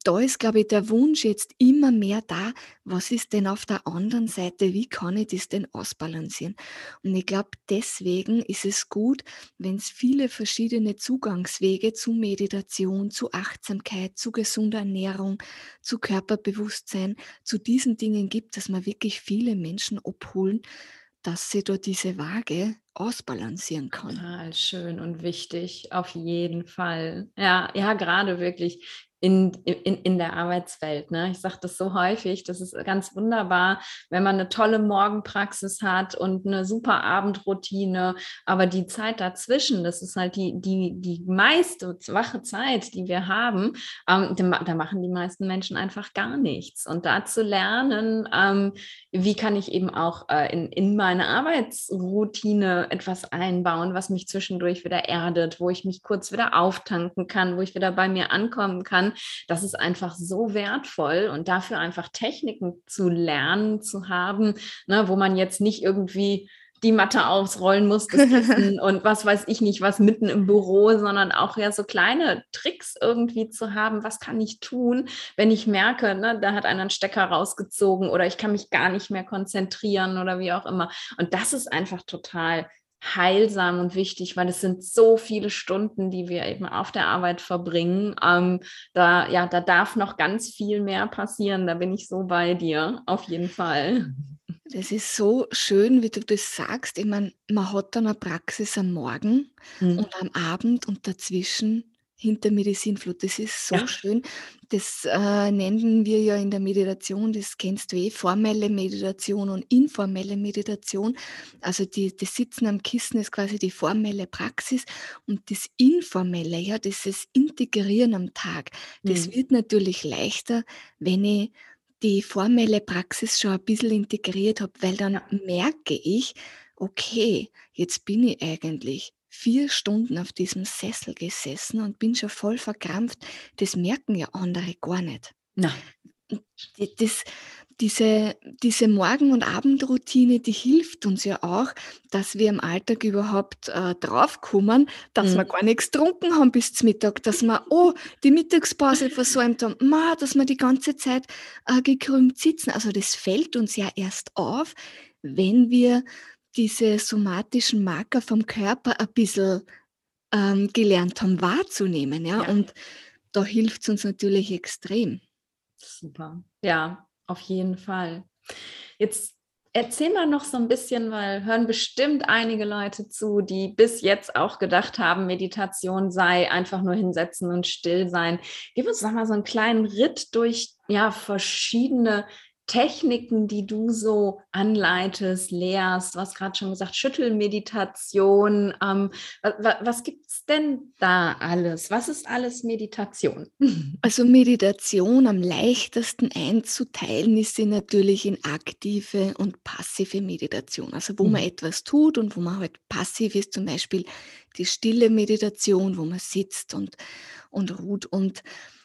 da ist, glaube ich, der Wunsch jetzt immer mehr da, was ist denn auf der anderen Seite, wie kann ich das denn ausbalancieren? Und ich glaube, deswegen ist es gut, wenn es viele verschiedene Zugangswege zu Meditation, zu Achtsamkeit, zu gesunder Ernährung, zu Körperbewusstsein, zu diesen Dingen gibt, dass wir wirklich viele Menschen abholen, dass sie da diese Waage ausbalancieren kann. Total schön und wichtig, auf jeden Fall. Ja, ja, gerade wirklich in, in, in der Arbeitswelt. Ne? Ich sage das so häufig, das ist ganz wunderbar, wenn man eine tolle Morgenpraxis hat und eine super Abendroutine, aber die Zeit dazwischen, das ist halt die, die, die meiste wache Zeit, die wir haben, ähm, da, da machen die meisten Menschen einfach gar nichts. Und da zu lernen, ähm, wie kann ich eben auch äh, in, in meine Arbeitsroutine etwas einbauen, was mich zwischendurch wieder erdet, wo ich mich kurz wieder auftanken kann, wo ich wieder bei mir ankommen kann. Das ist einfach so wertvoll und dafür einfach Techniken zu lernen, zu haben, ne, wo man jetzt nicht irgendwie die Matte ausrollen muss, das Kissen und was weiß ich nicht, was mitten im Büro, sondern auch ja so kleine Tricks irgendwie zu haben, was kann ich tun, wenn ich merke, ne, da hat einer einen Stecker rausgezogen oder ich kann mich gar nicht mehr konzentrieren oder wie auch immer. Und das ist einfach total heilsam und wichtig, weil es sind so viele Stunden, die wir eben auf der Arbeit verbringen. Ähm, da, ja, da darf noch ganz viel mehr passieren. Da bin ich so bei dir, auf jeden Fall. Das ist so schön, wie du das sagst. Ich meine, man hat dann eine Praxis am Morgen Hm. und am Abend und dazwischen hinter mir die Sinnflut. Das ist so Ja. schön. Das äh, nennen wir ja in der Meditation, das kennst du eh, formelle Meditation und informelle Meditation. Also die, das Sitzen am Kissen ist quasi die formelle Praxis und das Informelle, ja, das ist Integrieren am Tag. Das Hm. wird natürlich leichter, wenn ich die formelle Praxis schon ein bisschen integriert habe, weil dann Ja. merke ich: „Okay, jetzt bin ich eigentlich vier Stunden auf diesem Sessel gesessen und bin schon voll verkrampft.“ Das merken ja andere gar nicht. Na. Und d das diese diese Morgen und Abendroutine, die hilft uns ja auch, dass wir im Alltag überhaupt, äh, draufkommen, dass wir Hm. gar nix getrunken haben bis zum Mittag, dass wir, oh, die Mittagspause versäumt haben, ma, dass wir die ganze Zeit, äh, gekrümmt sitzen. Also, das fällt uns ja erst auf, wenn wir diese somatischen Marker vom Körper ein bisschen, ähm, gelernt haben wahrzunehmen, ja, Ja. und da hilft's uns natürlich extrem. Super. Ja, auf jeden Fall. Jetzt erzähl mal noch so ein bisschen, weil hören bestimmt einige Leute zu, die bis jetzt auch gedacht haben, Meditation sei einfach nur hinsetzen und still sein. Gib uns doch mal so einen kleinen Ritt durch, ja, verschiedene Techniken, die du so anleitest, lehrst. Du hast grad schon gesagt, Schüttelmeditation. Ähm, wa wa was gibt's denn da alles? Was ist alles Meditation? Also Meditation am leichtesten einzuteilen ist sie natürlich in aktive und passive Meditation. Also wo man Mhm. etwas tut und wo man halt passiv ist, zum Beispiel die stille Meditation, wo man sitzt und, und ruht. Und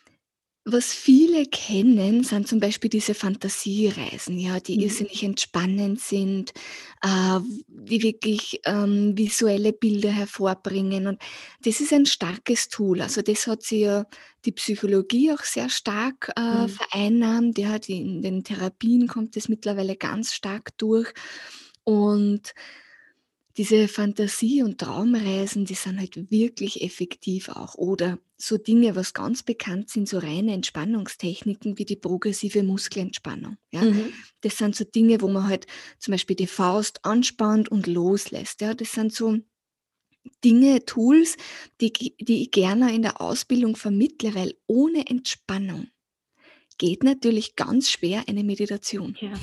was viele kennen, sind zum Beispiel diese Fantasiereisen, ja, die Mhm. irrsinnig entspannend sind, äh, die wirklich ähm, visuelle Bilder hervorbringen. Und das ist ein starkes Tool. Also das hat sie ja die Psychologie auch sehr stark äh, Mhm. vereinnahmt. Ja, die, in den Therapien kommt es mittlerweile ganz stark durch. Und diese Fantasie und Traumreisen, die sind halt wirklich effektiv auch. Oder so Dinge, was ganz bekannt sind, so reine Entspannungstechniken wie die progressive Muskelentspannung, ja. Mhm. Das sind so Dinge, wo man halt zum Beispiel die Faust anspannt und loslässt, ja. Das sind so Dinge, Tools, die g die ich gerne in der Ausbildung vermittle, weil ohne Entspannung geht natürlich ganz schwer eine Meditation. Ja.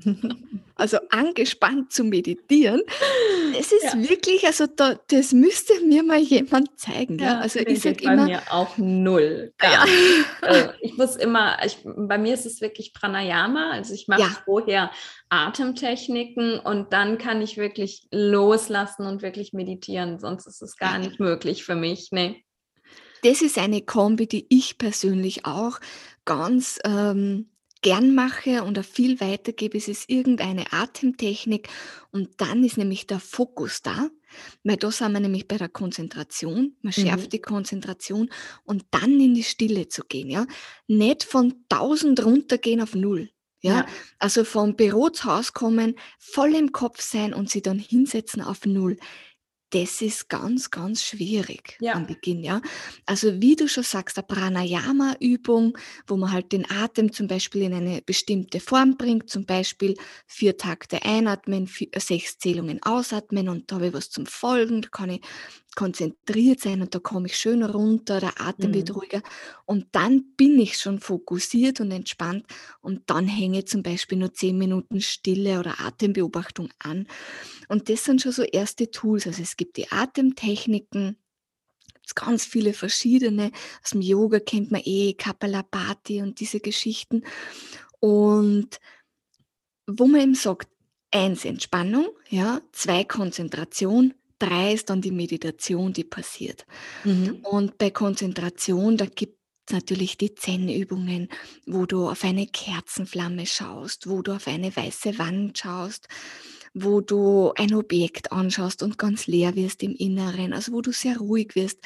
Also angespannt zu meditieren, es ist Ja, wirklich, also da das müsste mir mal jemand zeigen, ja? ja, Also, ne, ich sage geht bei immer, mir auch null, ja, gar nicht. Äh, ich muss immer ich bei mir ist es wirklich Pranayama, also ich mache ja, vorher Atemtechniken und dann kann ich wirklich loslassen und wirklich meditieren, sonst ist es ja. gar nicht möglich für mich, ne. Das ist eine Kombi, die ich persönlich auch ganz, ähm, gern mache und auch viel weitergebe. Es ist irgendeine Atemtechnik und dann ist nämlich der Fokus da. Weil da sind wir nämlich bei der Konzentration. Man schärft Mhm. die Konzentration und dann in die Stille zu gehen, ja. Nicht von tausend runtergehen auf null, ja. Ja. Also vom Büro zu Hause kommen, voll im Kopf sein und sich dann hinsetzen auf null. Das ist ganz, ganz schwierig am Ja. Beginn, ja. Also wie du schon sagst, eine Pranayama-Übung, wo man halt den Atem zum Beispiel in eine bestimmte Form bringt, zum Beispiel vier Takte einatmen, vi- äh, sechs Zählungen ausatmen und da habe ich was zum Folgen, da kann ich konzentriert sein und da komme ich schön runter, der Atem wird Mhm. ruhiger und dann bin ich schon fokussiert und entspannt und dann hänge ich zum Beispiel nur zehn Minuten Stille oder Atembeobachtung an und das sind schon so erste Tools. Also es gibt die Atemtechniken, gibt's ganz viele verschiedene. Aus dem Yoga kennt man eh Kapalabhati und diese Geschichten. Und wo man eben sagt, eins Entspannung, ja, zwei Konzentration, drei ist dann die Meditation, die passiert. Mhm. Und bei Konzentration, da gibt es natürlich die Zen-Übungen, wo du auf eine Kerzenflamme schaust, wo du auf eine weiße Wand schaust, wo du ein Objekt anschaust und ganz leer wirst im Inneren, also wo du sehr ruhig wirst.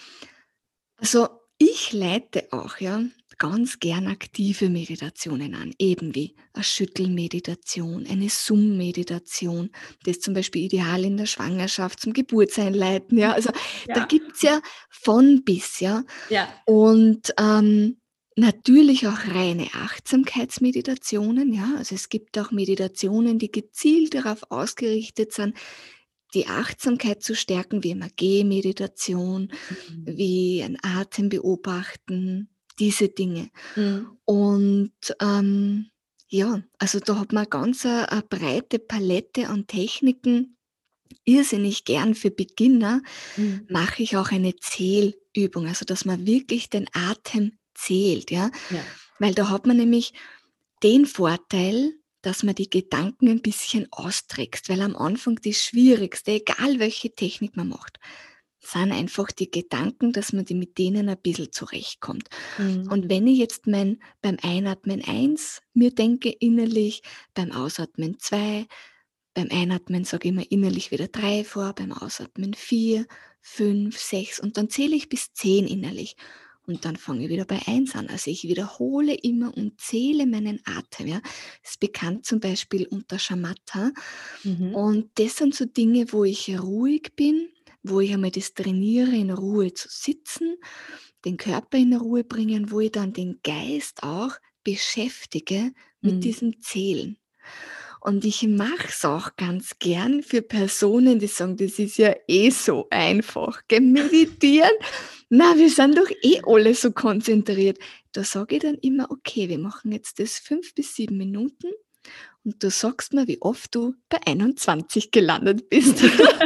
Also ich leite auch ja ganz gern aktive Meditationen an, eben wie eine Schüttelmeditation, eine Summ-Meditation. Das ist zum Beispiel ideal in der Schwangerschaft zum Geburtseinleiten. Ja, also da Ja. gibt's ja von bis, ja. Ja. Und ähm, natürlich auch reine Achtsamkeitsmeditationen, ja. Also es gibt auch Meditationen, die gezielt darauf ausgerichtet sind, die Achtsamkeit zu stärken, wie eine Gehmeditation, Mhm. wie ein Atem beobachten, diese Dinge. Mhm. Und ähm, ja, also da hat man ganz eine, eine breite Palette an Techniken. Irrsinnig gern für Beginner Mhm. mache ich auch eine Zählübung, also dass man wirklich den Atem zählt, ja. Ja. Weil da hat man nämlich den Vorteil, dass man die Gedanken ein bisschen austrickst, weil am Anfang die schwierigste, egal welche Technik man macht, sind einfach die Gedanken, dass man die mit denen ein bisschen zurechtkommt. Mhm. Und wenn ich jetzt mein beim Einatmen eins mir denke innerlich, beim Ausatmen zwei, beim Einatmen sage ich mir innerlich wieder drei vor, beim Ausatmen vier, fünf, sechs und dann zähle ich bis zehn innerlich. Und dann fange ich wieder bei eins an. Also ich wiederhole immer und zähle meinen Atem. Ja. Das ist bekannt zum Beispiel unter Shamatha. Mhm. Und das sind so Dinge, wo ich ruhig bin, wo ich einmal das trainiere, in Ruhe zu sitzen, den Körper in Ruhe bringen, wo ich dann den Geist auch beschäftige mit Mhm. diesem Zählen. Und ich mache es auch ganz gern für Personen, die sagen, das ist ja eh so einfach. Gell, meditieren? Na, wir sind doch eh alle so konzentriert. Da sage ich dann immer, okay, wir machen jetzt das fünf bis sieben Minuten und du sagst mir, wie oft du bei einundzwanzig gelandet bist.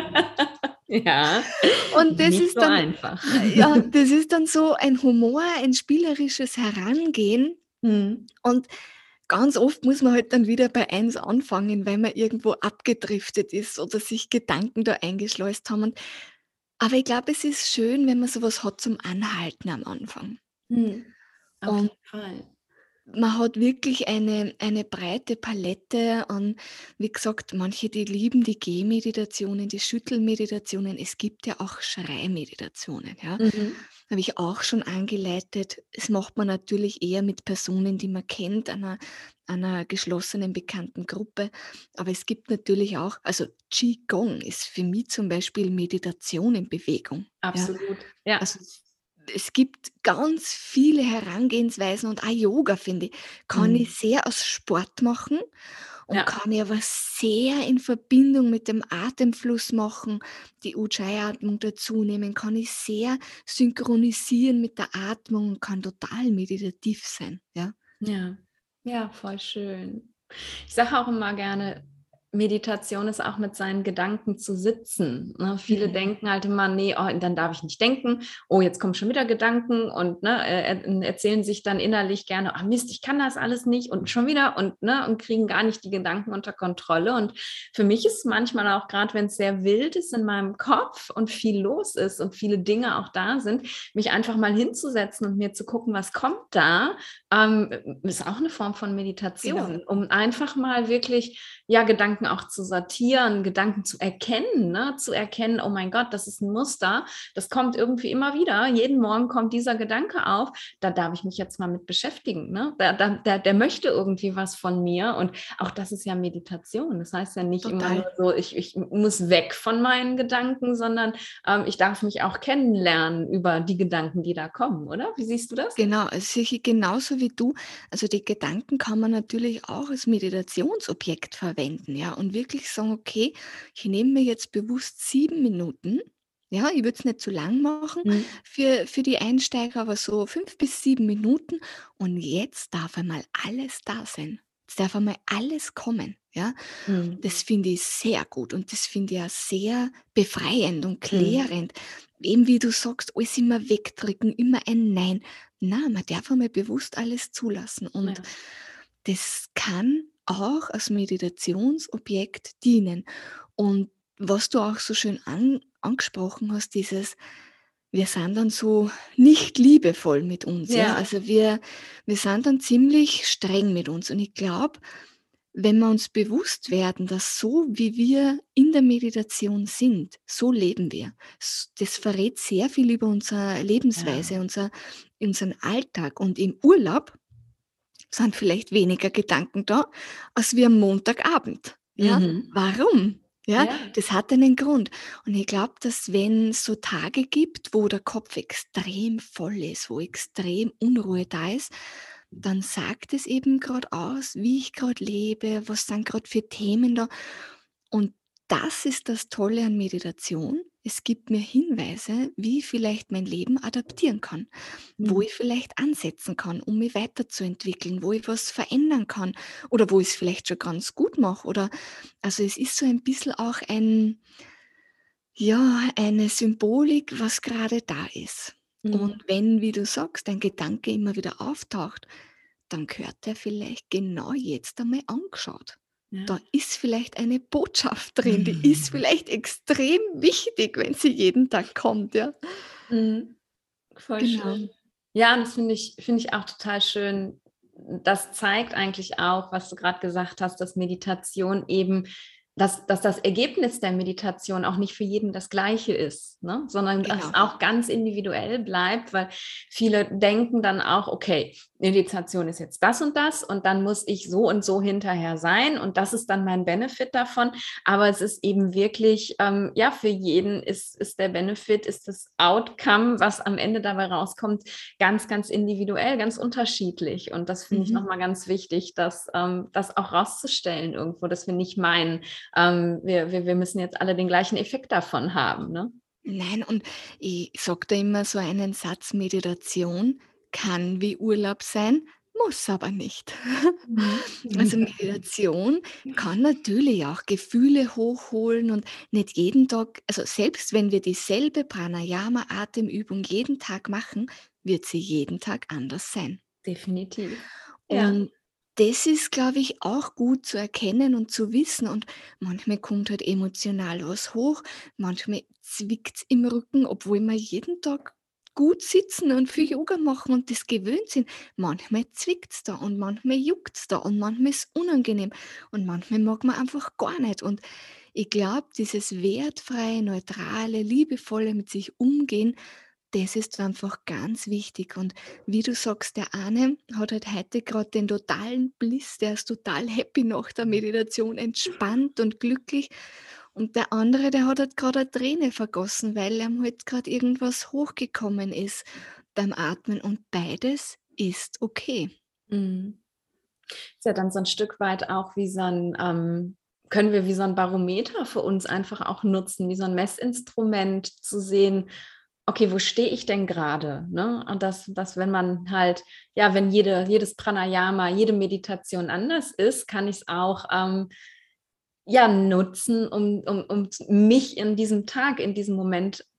Ja, Und das nicht ist so dann, einfach. ja, das ist dann so ein Humor, ein spielerisches Herangehen. Mhm. Und ganz oft muss man halt dann wieder bei eins anfangen, weil man irgendwo abgedriftet ist oder sich Gedanken da eingeschleust haben. Und aber ich glaube, es ist schön, wenn man so was hat zum Anhalten am Anfang. Mhm. Auf Und jeden Fall. man hat wirklich eine eine breite Palette an wie gesagt, manche, die lieben die Gehmeditationen, die Schüttelmeditationen. Es gibt ja auch Schreimeditationen, ja. Mhm. Habe ich auch schon angeleitet. Das macht man natürlich eher mit Personen, die man kennt, einer einer geschlossenen, bekannten Gruppe. Aber es gibt natürlich auch also Qigong ist für mich zum Beispiel Meditation in Bewegung, ja. Absolut. Ja. Also, es gibt ganz viele Herangehensweisen und auch Yoga, finde ich, kann ich Mhm. sehr aus Sport machen und Ja. kann ich aber sehr in Verbindung mit dem Atemfluss machen, die Ujjayi-Atmung dazu nehmen, kann ich sehr synchronisieren mit der Atmung und kann total meditativ sein, ja. Ja. Ja, voll schön. Ich sage auch immer gerne, Meditation ist auch mit seinen Gedanken zu sitzen. Ne? Viele Mhm. denken halt immer, nee, oh, dann darf ich nicht denken. Oh, jetzt kommen schon wieder Gedanken und ne, äh, erzählen sich dann innerlich gerne, ach Mist, ich kann das alles nicht und schon wieder und, ne, und kriegen gar nicht die Gedanken unter Kontrolle. Und für mich ist manchmal auch, gerade wenn es sehr wild ist in meinem Kopf und viel los ist und viele Dinge auch da sind, mich einfach mal hinzusetzen und mir zu gucken, was kommt da ähm, ist auch eine Form von Genau. Meditation, um einfach mal wirklich, ja, Gedanken auch zu sortieren, Gedanken zu erkennen, ne? Zu erkennen, oh mein Gott, das ist ein Muster, das kommt irgendwie immer wieder. Jeden Morgen kommt dieser Gedanke auf, da darf ich mich jetzt mal mit beschäftigen, ne? Da, da, der, der möchte irgendwie was von mir und auch das ist ja Meditation. Das heißt ja nicht immer Total. nur so, ich, ich muss weg von meinen Gedanken, sondern ähm, ich darf mich auch kennenlernen über die Gedanken, die da kommen, oder? Wie siehst du das? Genau, also sehe ich genauso wie du. Also die Gedanken kann man natürlich auch als Meditationsobjekt verwenden, ja, und wirklich sagen, okay, ich nehme mir jetzt bewusst sieben Minuten. Ja, ich würde es nicht zu lang machen Mhm. für, für die Einsteiger, aber so fünf bis sieben Minuten. Und jetzt darf einmal alles da sein. Jetzt darf einmal alles kommen. Ja, Mhm. das finde ich sehr gut und das finde ich auch sehr befreiend und Mhm. klärend. Eben wie du sagst, alles immer wegdrücken, immer ein Nein. Na, man darf einmal bewusst alles zulassen und Ja. das kann auch als Meditationsobjekt dienen. Und was du auch so schön an, angesprochen hast, dieses, wir sind dann so nicht liebevoll mit uns, ja. Ja. Also wir, wir sind dann ziemlich streng mit uns. Und ich glaube, wenn wir uns bewusst werden, dass so wie wir in der Meditation sind, so leben wir. S- Das verrät sehr viel über unsere Ja. Lebensweise, unser, unseren Alltag. Und im Urlaub sind vielleicht weniger Gedanken da, als wir am Montagabend. Ja, Mhm. warum? Ja, Ja. das hat einen Grund. Und ich glaube, dass wenn es so Tage gibt, wo der Kopf extrem voll ist, wo extrem Unruhe da ist, dann sagt es eben gerade aus, wie ich gerade lebe, was sind gerade für Themen da. Und das ist das Tolle an Meditation. Es gibt mir Hinweise, wie ich vielleicht mein Leben adaptieren kann, wo Mhm. ich vielleicht ansetzen kann, um mich weiterzuentwickeln, wo ich was verändern kann oder wo ich es vielleicht schon ganz gut mache. Oder also es ist so ein bisschen auch ein, ja, eine Symbolik, was gerade da ist. Und Mhm. wenn, wie du sagst, ein Gedanke immer wieder auftaucht, dann gehört der vielleicht genau jetzt einmal angeschaut. Da Ja. ist vielleicht eine Botschaft drin, die ist Mhm. vielleicht extrem wichtig, wenn sie jeden Tag kommt, ja. Mhm. Voll Genau, schön. Ja, und das finde ich finde ich auch total schön. Das zeigt eigentlich auch, was du gerade gesagt hast, dass Meditation eben dass dass das Ergebnis der Meditation auch nicht für jeden das Gleiche ist, ne? Sondern genau. es auch ganz individuell bleibt, weil viele denken dann auch: „Okay, Meditation ist jetzt das und das und dann muss ich so und so hinterher sein und das ist dann mein Benefit davon.“ Aber es ist eben wirklich, ähm, ja, für jeden ist, ist der Benefit, ist das Outcome, was am Ende dabei rauskommt, ganz, ganz individuell, ganz unterschiedlich. Und das finde ich Mhm. nochmal ganz wichtig, dass, ähm, das auch rauszustellen irgendwo, dass wir nicht meinen, ähm, wir, wir, wir müssen jetzt alle den gleichen Effekt davon haben. Ne? Nein, und ich sage da immer so einen Satz: Meditation kann wie Urlaub sein, muss aber nicht. Mhm. Also, Meditation kann natürlich auch Gefühle hochholen und nicht jeden Tag, also, selbst wenn wir dieselbe Pranayama-Atemübung jeden Tag machen, wird sie jeden Tag anders sein. Definitiv. Ja. Und das ist, glaube ich, auch gut zu erkennen und zu wissen. Und manchmal kommt halt emotional was hoch, manchmal zwickt's im Rücken, obwohl wir jeden Tag gut sitzen und viel Yoga machen und das gewöhnt sind. Manchmal zwickt's da und manchmal juckt's da und manchmal ist unangenehm und manchmal mag man einfach gar nicht. Und ich glaube, dieses wertfreie, neutrale, liebevolle mit sich umgehen, das ist einfach ganz wichtig. Und wie du sagst, der eine hat halt heute gerade den totalen Bliss, der ist total happy nach der Meditation, entspannt und glücklich. Und der andere, der hat halt gerade eine Träne vergossen, weil ihm halt gerade irgendwas hochgekommen ist beim Atmen. Und beides ist okay. Mhm. Ist ja dann so ein Stück weit auch wie so ein ähm, können wir wie so ein Barometer für uns einfach auch nutzen, wie so ein Messinstrument zu sehen: „Okay, wo stehe ich denn gerade?“ Ne? Und dass dass wenn man halt ja, wenn jede jedes Pranayama, jede Meditation anders ist, kann ich's auch, ähm, ja, nutzen, um um um mich in diesem Tag, in diesem Moment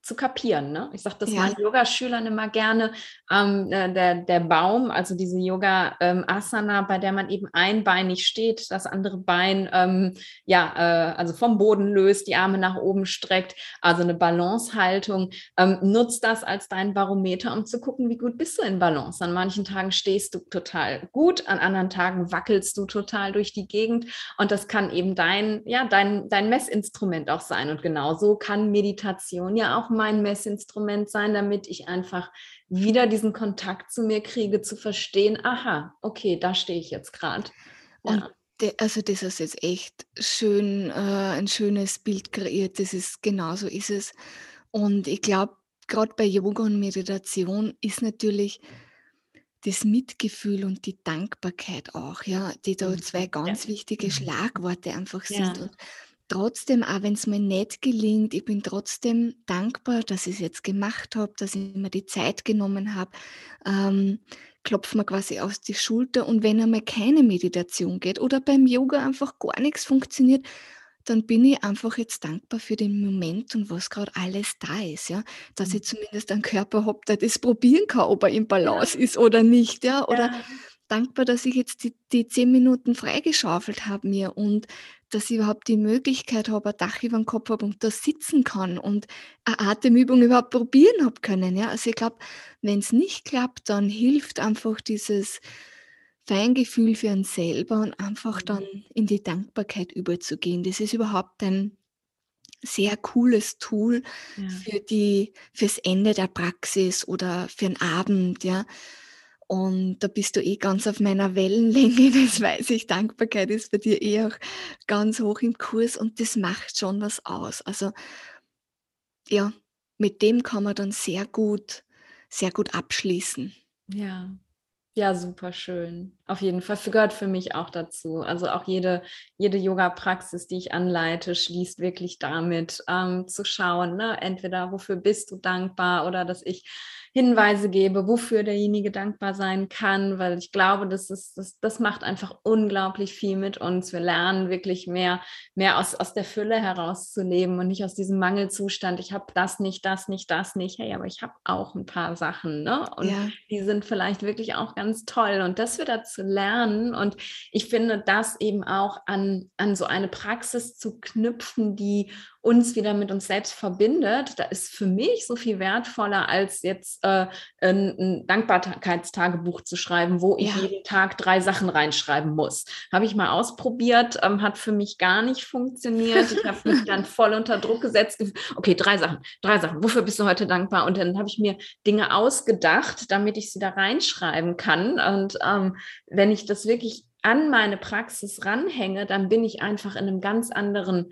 zu kapieren. Ne? Ich sage das Ja. meinen Yogaschülern immer gerne. Ähm, äh, der, der Baum, also diese Yoga-Asana, bei der man eben einbeinig steht, das andere Bein ähm, ja, äh, also vom Boden löst, die Arme nach oben streckt, also eine Balancehaltung. Ähm, nutzt das als dein Barometer, um zu gucken, wie gut bist du in Balance. An manchen Tagen stehst du total gut, an anderen Tagen wackelst du total durch die Gegend und das kann eben dein, ja, dein, dein Messinstrument auch sein. Und genauso kann Meditation ja auch mein Messinstrument sein, damit ich einfach wieder diesen Kontakt zu mir kriege, zu verstehen, aha, okay, da stehe ich jetzt gerade. Und Ja. de also das hast jetzt echt schön äh, ein schönes Bild kreiert. Das ist genau so ist es. Und ich glaube, gerade bei Yoga und Meditation ist natürlich das Mitgefühl und die Dankbarkeit auch, ja, die da Mhm. zwei Ja. ganz wichtige Schlagworte einfach sind. Ja. Und trotzdem, auch wenn es mir nicht gelingt, ich bin trotzdem dankbar, dass ich es jetzt gemacht habe, dass ich mir die Zeit genommen habe, ähm, klopfe mir quasi aus die Schulter. Und wenn einmal keine Meditation geht oder beim Yoga einfach gar nichts funktioniert, dann bin ich einfach jetzt dankbar für den Moment und was gerade alles da ist, ja. Dass ich Mhm. zumindest einen Körper habe, der das probieren kann, ob er im Ja. Balance ist oder nicht, ja. Oder Ja. dankbar, dass ich jetzt die die zehn Minuten freigeschaufelt habe mir und dass ich überhaupt die Möglichkeit habe, ein Dach über dem Kopf habe und da sitzen kann und eine Atemübung überhaupt probieren habe können, ja. Also, ich glaube, wenn es nicht klappt, dann hilft einfach dieses Feingefühl für einen selber und einfach dann Mhm. in die Dankbarkeit überzugehen. Das ist überhaupt ein sehr cooles Tool Ja. für die fürs Ende der Praxis oder für 'n Abend, ja. Und da bist du eh ganz auf meiner Wellenlänge, das weiß ich. Dankbarkeit ist bei dir eh auch ganz hoch im Kurs und das macht schon was aus. Also, ja, mit dem kann man dann sehr gut sehr gut abschließen. Ja. Ja, super schön. Auf jeden Fall, f gehört für mich auch dazu. Also auch jede jede Yoga-Praxis, die ich anleite, schließt wirklich damit, ähm, zu schauen, ne, entweder wofür bist du dankbar oder dass ich Hinweise gebe, wofür derjenige dankbar sein kann, weil ich glaube, das ist das das macht einfach unglaublich viel mit uns. Wir lernen wirklich mehr mehr aus aus der Fülle herauszuleben und nicht aus diesem Mangelzustand. Ich habe das nicht, das nicht, das nicht. Hey, aber ich habe auch ein paar Sachen, ne? Und Ja, die sind vielleicht wirklich auch ganz toll. Und das wieder zu lernen und ich finde das eben auch an, an so eine Praxis zu knüpfen, die uns wieder mit uns selbst verbindet, da ist für mich so viel wertvoller, als jetzt äh, ein, ein Dankbarkeitstagebuch zu schreiben, wo ich ja. jeden Tag drei Sachen reinschreiben muss. Habe ich mal ausprobiert, ähm, hat für mich gar nicht funktioniert. Ich habe mich dann voll unter Druck gesetzt. Okay, drei Sachen, drei Sachen. Wofür bist du heute dankbar? Und dann habe ich mir Dinge ausgedacht, damit ich sie da reinschreiben kann. Und ähm, wenn ich das wirklich an meine Praxis ranhänge, dann bin ich einfach in einem ganz anderen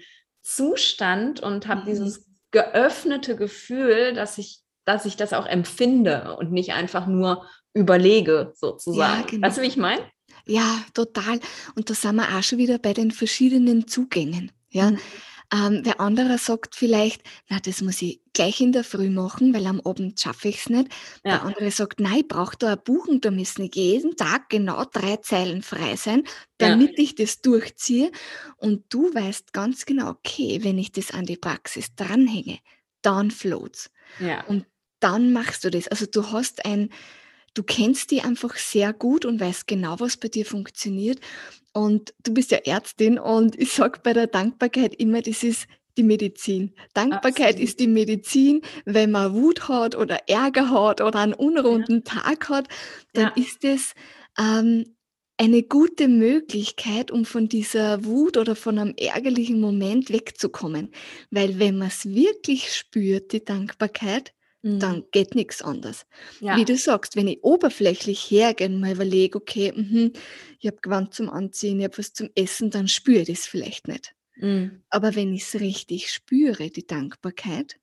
Zustand und habe Mhm. dieses geöffnete Gefühl, dass ich, dass ich das auch empfinde und nicht einfach nur überlege, Ja, sozusagen. genau. Weißt du, wie ich meine? Ja, total. Und da sind wir auch schon wieder bei den verschiedenen Zugängen, ja. Mhm. Ähm, wer anderer sagt vielleicht: „Na, das muss ich gleich in der Früh machen, weil am Abend schaffe ich's nicht.“ Der Ja, andere sagt: „Nein, ich brauche da ein Buch und da müssen jeden Tag genau drei Zeilen frei sein, ja, damit ich das durchziehe.“ Und du weißt ganz genau: „Okay, wenn ich das an die Praxis dranhänge, dann float's.“ ja. Und dann machst du das. Also, du hast ein du kennst die einfach sehr gut und weißt genau, was bei dir funktioniert. Und du bist ja Ärztin und ich sage bei der Dankbarkeit immer, das ist die Medizin. Dankbarkeit Absolut. ist die Medizin, wenn man Wut hat oder Ärger hat oder einen Ja, unrunden Tag hat, dann ja. ist es, ähm, eine gute Möglichkeit, um von dieser Wut oder von einem ärgerlichen Moment wegzukommen. Weil wenn man es wirklich spürt, die Dankbarkeit, Mhm. dann geht nichts anderes. Wie Ja. du sagst, wenn ich oberflächlich hergehe und mal überlege: „Okay, mhm, ich habe Gewand zum Anziehen, ich habe was zum Essen“, dann spüre ich das vielleicht nicht. Mhm. Aber wenn ich es richtig spüre, die Dankbarkeit,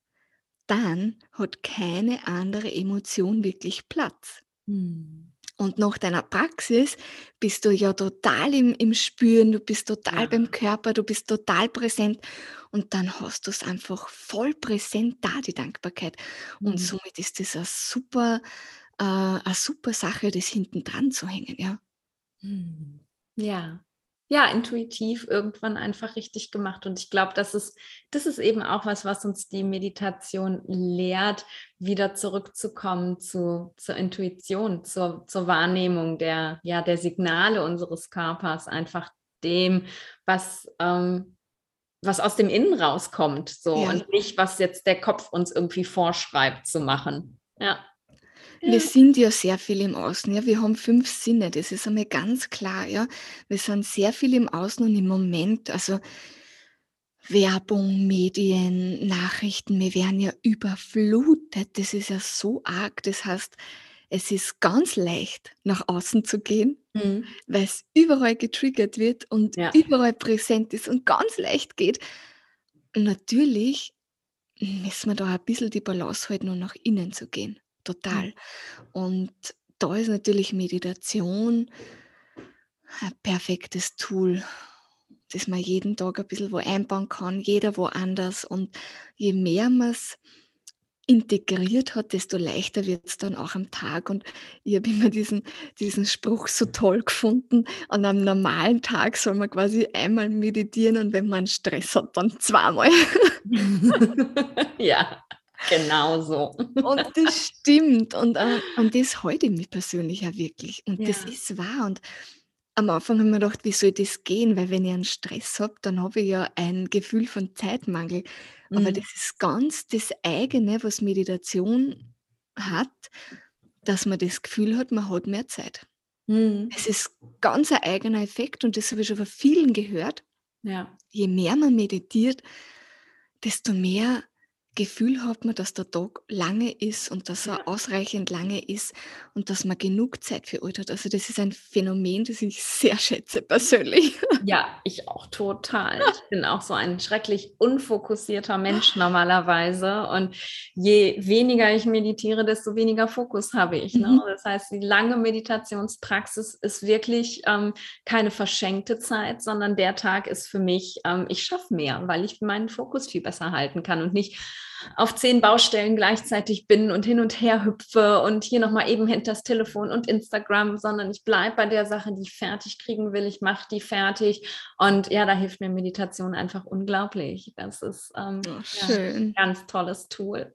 dann hat keine andere Emotion wirklich Platz. Mhm. Und nach deiner Praxis bist du ja total im im Spüren, du bist total Ja. beim Körper, du bist total präsent und dann hast du es einfach voll präsent da, die Dankbarkeit. Und Mhm. somit ist das 'a super äh, a super Sache, das hinten dran zu hängen, ja. Mhm. Ja. ja, intuitiv irgendwann einfach richtig gemacht. Und ich glaube, das ist, das ist eben auch was, was uns die Meditation lehrt, wieder zurückzukommen zu, zur Intuition, zur, zur Wahrnehmung der, ja, der Signale unseres Körpers, einfach dem, was, ähm, was aus dem Innen rauskommt, so Ja. und nicht, was jetzt der Kopf uns irgendwie vorschreibt zu machen. Ja. Wir Ja. sind ja sehr viel im Außen, ja. Wir haben fünf Sinne, das ist einmal ganz klar, ja. Wir sind sehr viel im Außen und im Moment, also Werbung, Medien, Nachrichten, wir werden ja überflutet. Das ist ja so arg. Das heißt, es ist ganz leicht, nach außen zu gehen, Mhm. weil es überall getriggert wird und Ja. überall präsent ist und ganz leicht geht. Natürlich müssen wir da ein bisschen die Balance halten und nach innen zu gehen. Mhm. Total. Und da ist natürlich Meditation ein perfektes Tool, das man jeden Tag ein bisschen wo einbauen kann, jeder woanders. Und je mehr man es integriert hat, desto leichter wird es dann auch am Tag. Und ich habe immer diesen diesen Spruch so toll gefunden: „An einem normalen Tag soll man quasi einmal meditieren und wenn man Stress hat, dann zweimal." Ja, genau so. Und das stimmt und an an das halte ich mich persönlich auch wirklich und das Ja. ist wahr und am Anfang habe ich mir gedacht: „Wie soll das gehen?" Weil wenn ich einen Stress habe, dann habe ich ja ein Gefühl von Zeitmangel. Aber das Mhm. ist ganz das Eigene, was Meditation hat, dass man das Gefühl hat, man hat mehr Zeit. Mhm. Es ist ganz ein eigener Effekt und das habe ich schon von vielen gehört. Ja. Je mehr man meditiert, desto mehr Gefühl hat man, dass der Tag lange ist und dass er Ja. ausreichend lange ist und dass man genug Zeit für alles hat. Also, das ist ein Phänomen, das ich sehr schätze persönlich. Ja, ich auch total. Ich bin auch so ein schrecklich unfokussierter Mensch normalerweise und je weniger ich meditiere, desto weniger Fokus habe ich, ne? Mhm. Das heißt, die lange Meditationspraxis ist wirklich, ähm, keine verschenkte Zeit, sondern der Tag ist für mich, ähm, ich schaffe mehr, weil ich meinen Fokus viel besser halten kann und nicht auf zehn Baustellen gleichzeitig bin und hin und her hüpfe und hier noch mal eben hinters Telefon und Instagram, sondern ich bleibe bei der Sache, die ich fertig kriegen will. Ich mache die fertig und ja, da hilft mir Meditation einfach unglaublich. Das ist, ähm, Oh, ja, ein schön. ganz tolles Tool.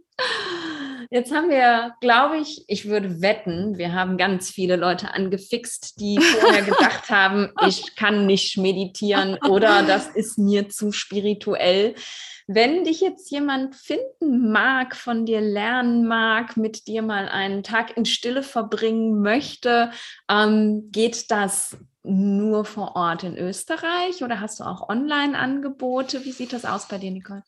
Jetzt haben wir, glaube ich ich würde wetten, wir haben ganz viele Leute angefixt, die vorher gedacht haben: „Ich kann nicht meditieren" oder „Das ist mir zu spirituell." Wenn dich jetzt jemand finden mag, von dir lernen mag, mit dir mal einen Tag in Stille verbringen möchte, ähm, geht das nur vor Ort in Österreich oder hast du auch Online-Angebote? Wie sieht das aus bei dir, Nicole?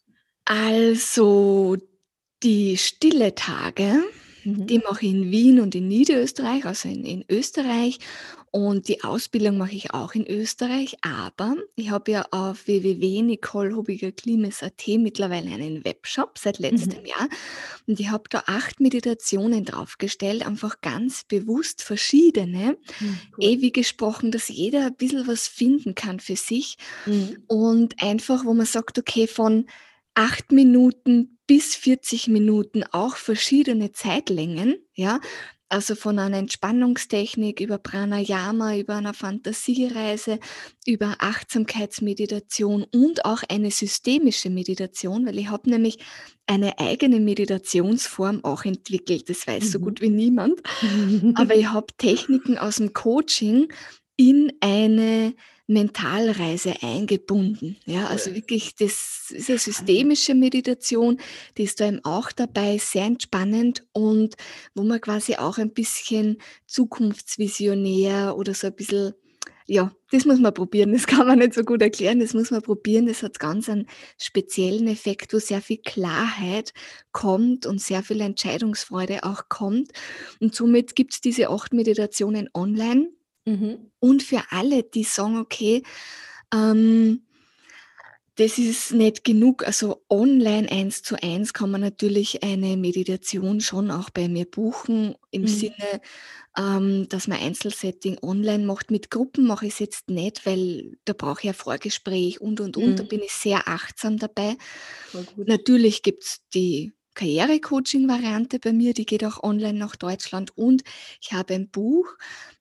Also, die stille Tage, die Mhm. mache ich in Wien und in Niederösterreich, also in in Österreich. Und die Ausbildung mache ich auch in Österreich, aber ich habe ja auf w w w punkt nicole hubiger klimes punkt a t mittlerweile einen Webshop seit letztem Mhm. Jahr und ich habe da acht Meditationen draufgestellt, einfach ganz bewusst verschiedene, Mhm, cool. eh wie gesprochen, dass jeder ein bisschen was finden kann für sich Mhm. und einfach, wo man sagt: „Okay, von acht Minuten bis vierzig Minuten, auch verschiedene Zeitlängen", ja? Also, von einer Entspannungstechnik über Pranayama, über einer Fantasiereise, über Achtsamkeitsmeditation und auch eine systemische Meditation, weil ich habe nämlich eine eigene Meditationsform auch entwickelt. Das weiß so Mhm. gut wie niemand. Aber ich habe Techniken aus dem Coaching in eine Mentalreise eingebunden. Ja, also Cool. wirklich, das ist 'ne Spannend. systemische Meditation, die ist da eben auch dabei, sehr entspannend und wo man quasi auch ein bisschen zukunftsvisionär oder so ein bisschen ja, das muss man probieren. Das kann man nicht so gut erklären, das muss man probieren. Das hat ganz einen speziellen Effekt, wo sehr viel Klarheit kommt und sehr viel Entscheidungsfreude auch kommt. Und somit gibt's diese acht Meditationen online Mhm. und für alle, die sagen: „Okay, ähm, das ist nicht genug." Also, online eins zu eins kann man natürlich eine Meditation schon auch bei mir buchen, im Mhm. Sinne, ähm, dass man Einzelsetting online macht. Mit Gruppen mache ich's jetzt nicht, weil da brauche ich ein Vorgespräch und, und, und. Da Mhm. bin ich sehr achtsam dabei. Voll gut. Natürlich gibt's die Karriere-Coaching-Variante bei mir, die geht auch online nach Deutschland und ich habe ein Buch,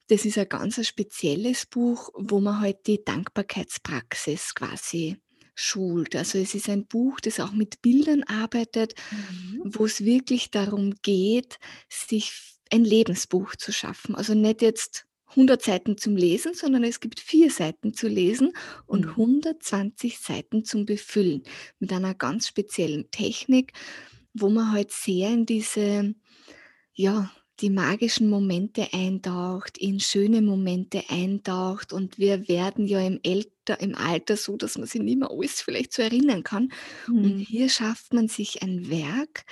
das ist ein ganz ein spezielles Buch, wo man halt die Dankbarkeitspraxis quasi schult. Also es ist ein Buch, das auch mit Bildern arbeitet, Mhm. wo es wirklich darum geht, sich ein Lebensbuch zu schaffen. Also nicht jetzt hundert Seiten zum Lesen, sondern es gibt vier Seiten zu lesen und Mhm. hundertzwanzig Seiten zum Befüllen mit einer ganz speziellen Technik, wo man halt sehr in diese, ja, die magischen Momente eintaucht, in schöne Momente eintaucht, und wir werden ja im Älter im Alter so, dass man sich nicht mehr alles vielleicht so erinnern kann. Und Mhm. hier schafft man sich ein Werk,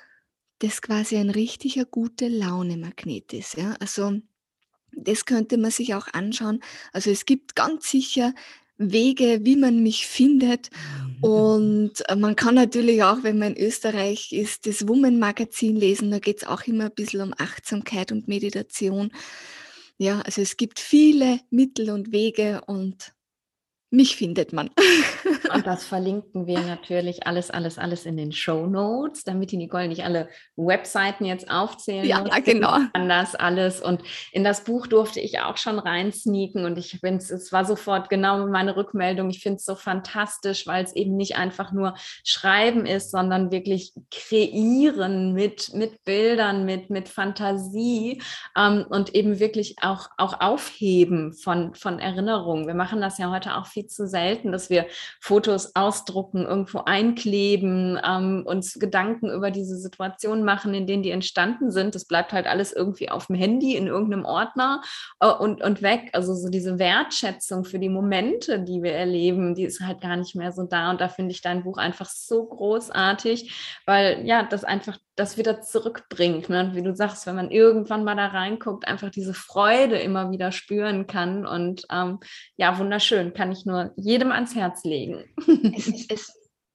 das quasi ein richtiger Gute-Laune-Magnet ist, ja. Also, das könnte man sich auch anschauen. Also, es gibt ganz sicher Wege, wie man mich findet, und, äh, man kann natürlich auch, wenn man in Österreich ist, das Woman-Magazin lesen. Da geht's auch immer ein bisschen um Achtsamkeit und Meditation. Ja, also, es gibt viele Mittel und Wege, und mich findet man. Und das verlinken wir natürlich alles, alles, alles in den Shownotes, damit die Nicole nicht alle Webseiten jetzt aufzählen Ja, muss. genau. An das alles. Und in das Buch durfte ich auch schon reinsneaken, und ich finde es, es war sofort genau meine Rückmeldung. Ich finde es so fantastisch, weil es eben nicht einfach nur Schreiben ist, sondern wirklich kreieren mit, mit Bildern, mit, mit Fantasie, ähm, und eben wirklich auch, auch Aufheben von, von Erinnerungen. Wir machen das ja heute auch viel zu selten, dass wir Fotos ausdrucken, irgendwo einkleben, ähm, uns Gedanken über diese Situation machen, in denen die entstanden sind. Das bleibt halt alles irgendwie auf dem Handy, in irgendeinem Ordner, äh, und, und weg. Also so diese Wertschätzung für die Momente, die wir erleben, die ist halt gar nicht mehr so da. Und da finde ich dein Buch einfach so großartig, weil ja, das einfach das wieder zurückbringt. Ne? Und wie du sagst, wenn man irgendwann mal da reinguckt, einfach diese Freude immer wieder spüren kann. Und ähm, ja, wunderschön, kann ich nur jedem ans Herz legen. Es es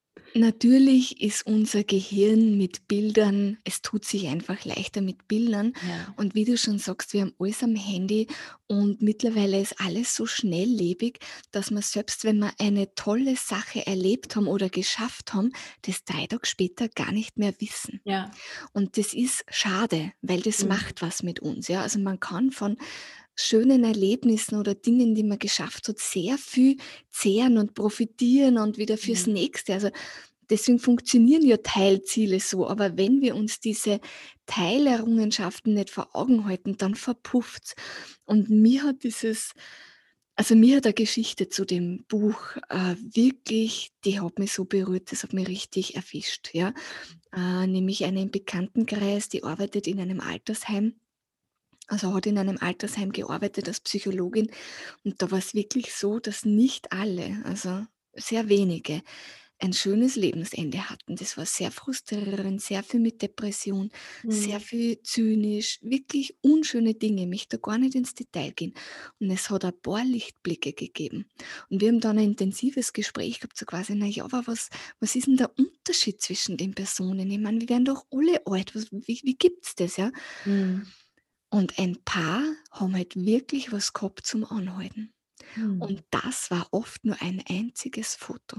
Natürlich ist unser Gehirn mit Bildern, es tut sich einfach leichter mit Bildern. Ja. Und wie du schon sagst, wir haben alles am Handy, und mittlerweile ist alles so schnelllebig, dass man, selbst wenn wir eine tolle Sache erlebt haben oder geschafft haben, das drei Tage später gar nicht mehr wissen. Ja. Und das ist schade, weil das Mhm. macht was mit uns. Ja? Also man kann von schönen Erlebnissen oder Dingen, die man geschafft hat, sehr viel zehren und profitieren und wieder fürs Ja. Nächste. Also deswegen funktionieren ja Teilziele so. Aber wenn wir uns diese Teilerrungenschaften nicht vor Augen halten, dann verpufft's. Und mir hat dieses also mir hat eine Geschichte zu dem Buch, äh, wirklich, die hat mich so berührt, das hat mich richtig erwischt, ja. Äh, nämlich eine im Bekanntenkreis, die arbeitet in einem Altersheim, also hat in einem Altersheim gearbeitet als Psychologin, und da war es wirklich so, dass nicht alle, also sehr wenige, ein schönes Lebensende hatten. Das war sehr frustrierend, sehr viel mit Depression, sehr Mhm. viel zynisch, wirklich unschöne Dinge. Ich möchte da gar nicht ins Detail gehen. Und es hat ein paar Lichtblicke gegeben. Und wir haben dann ein intensives Gespräch gehabt, so quasi, na ja, aber was, was ist denn der Unterschied zwischen den Personen? Ich meine, wir werden doch alle alt. Was, wie, wie gibt's das, ja? Mhm. Und ein paar haben halt wirklich was gehabt zum Anhalten. Und Mhm. das war oft nur ein einziges Foto.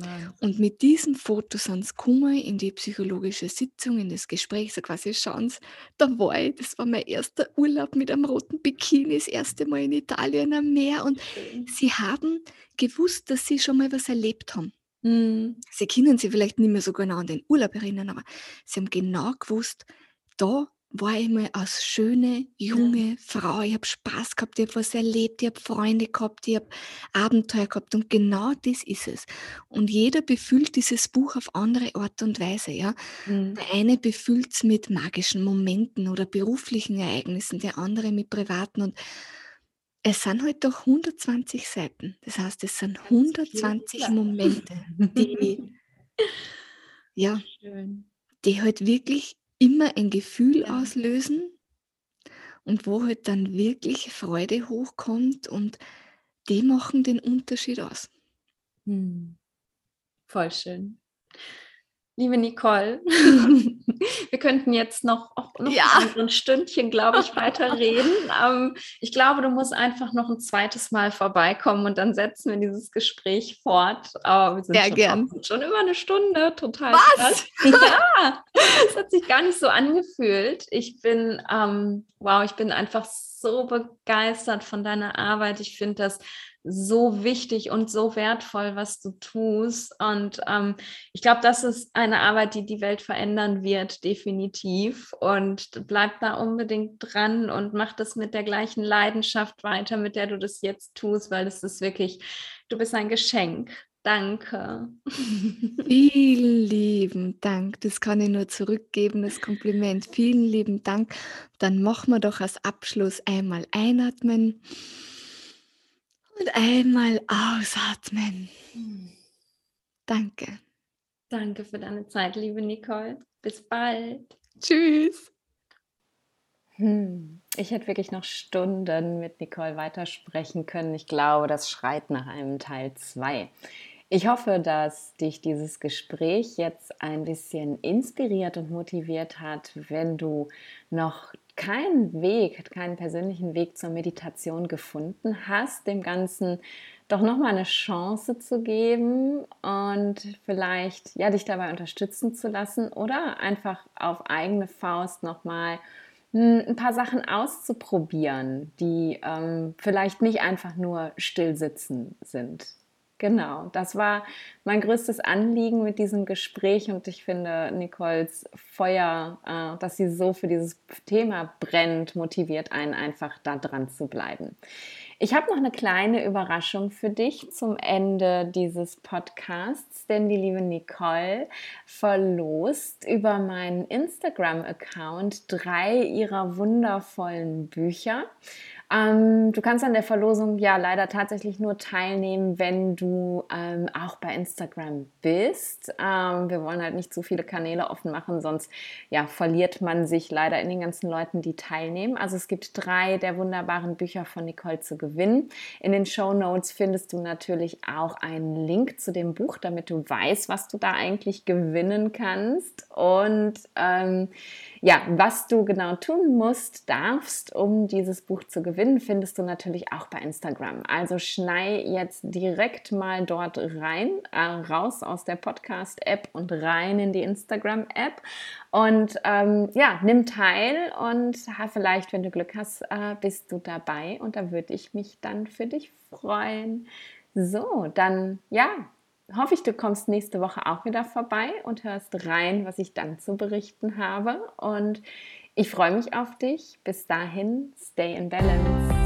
Und Wahnsinn. mit diesem Foto sind sie gekommen in die psychologische Sitzung, in das Gespräch, so quasi: „Schauen Sie, da war ich, das war mein erster Urlaub mit einem roten Bikini, das erste Mal in Italien am Meer." Und Schön. sie haben gewusst, dass sie schon mal was erlebt haben. Mhm. Sie können sich vielleicht nicht mehr so genau an den Urlaub erinnern, aber sie haben genau gewusst, da war ich mal als schöne, Ja. junge Frau. Ich habe Spaß gehabt, ich habe was erlebt, ich habe Freunde gehabt, ich habe Abenteuer gehabt, und genau das ist es. Und jeder befüllt dieses Buch auf andere Art und Weise, ja. Mhm. Der eine befüllt es mit magischen Momenten oder beruflichen Ereignissen, der andere mit privaten, und es sind halt doch hundertzwanzig Seiten. Das heißt, es sind Ganz viel hundertzwanzig Platz. Momente, die ja, Schön. die halt wirklich immer ein Gefühl Ja. auslösen, und wo halt dann wirklich Freude hochkommt, und die machen den Unterschied aus. Mhm. Voll schön. Liebe Nicole, wir könnten jetzt noch auch noch Ja, mal so 'n Stündchen, glaube ich, weiterreden. Ähm, ich glaube, du musst einfach noch ein zweites Mal vorbeikommen, und dann setzen wir dieses Gespräch fort. Aber wir sind sehr schon auch gern. schon über eine Stunde, total krass. Was? Ja, es hat sich gar nicht so angefühlt. Ich bin ähm, wow, ich bin einfach so begeistert von deiner Arbeit. Ich finde das so wichtig und so wertvoll, was du tust. Und ähm, ich glaube, das ist eine Arbeit, die die Welt verändern wird, definitiv. Und bleib da unbedingt dran und mach das mit der gleichen Leidenschaft weiter, mit der du das jetzt tust, weil es ist wirklich, du bist ein Geschenk. Danke. Vielen lieben Dank. Das kann ich nur zurückgeben, das Kompliment. Vielen lieben Dank. Dann machen wir doch als Abschluss einmal einatmen und einmal ausatmen. Danke. Danke für deine Zeit, liebe Nicole. Bis bald. Tschüss. Hm. Ich hätte wirklich noch Stunden mit Nicole weitersprechen können. Ich glaube, das schreit nach einem Teil zwei. Ich hoffe, dass dich dieses Gespräch jetzt ein bisschen inspiriert und motiviert hat, wenn du noch keinen Weg, keinen persönlichen Weg zur Meditation gefunden hast, dem Ganzen doch nochmal eine Chance zu geben und vielleicht ja, dich dabei unterstützen zu lassen oder einfach auf eigene Faust nochmal ein paar Sachen auszuprobieren, die ähm, vielleicht nicht einfach nur Stillsitzen sind. Genau, das war mein größtes Anliegen mit diesem Gespräch und ich finde Nicoles Feuer, äh, dass sie so für dieses Thema brennt, motiviert einen einfach da dran zu bleiben. Ich habe noch eine kleine Überraschung für dich zum Ende dieses Podcasts, denn die liebe Nicole verlost über meinen Instagram-Account drei ihrer wundervollen Bücher. Ähm, du kannst an der Verlosung ja leider tatsächlich nur teilnehmen, wenn du ähm, auch bei Instagram bist. Ähm, wir wollen halt nicht zu viele Kanäle offen machen, sonst ja, verliert man sich leider in den ganzen Leuten, die teilnehmen. Also es gibt drei der wunderbaren Bücher von Nicole zu gewinnen. In den Shownotes findest du natürlich auch einen Link zu dem Buch, damit du weißt, was du da eigentlich gewinnen kannst. Und ähm, ja, was du genau tun musst, darfst, um dieses Buch zu gewinnen, findest du natürlich auch bei Instagram. Also schnei jetzt direkt mal dort rein, äh, raus aus der Podcast-App und rein in die Instagram-App und ähm, ja, nimm teil und ha, vielleicht, wenn du Glück hast, äh, bist du dabei und da würde ich mich dann für dich freuen. So, dann ja, hoffe ich, du kommst nächste Woche auch wieder vorbei und hörst rein, was ich dann zu berichten habe. Und ich freue mich auf dich. Bis dahin, stay in balance.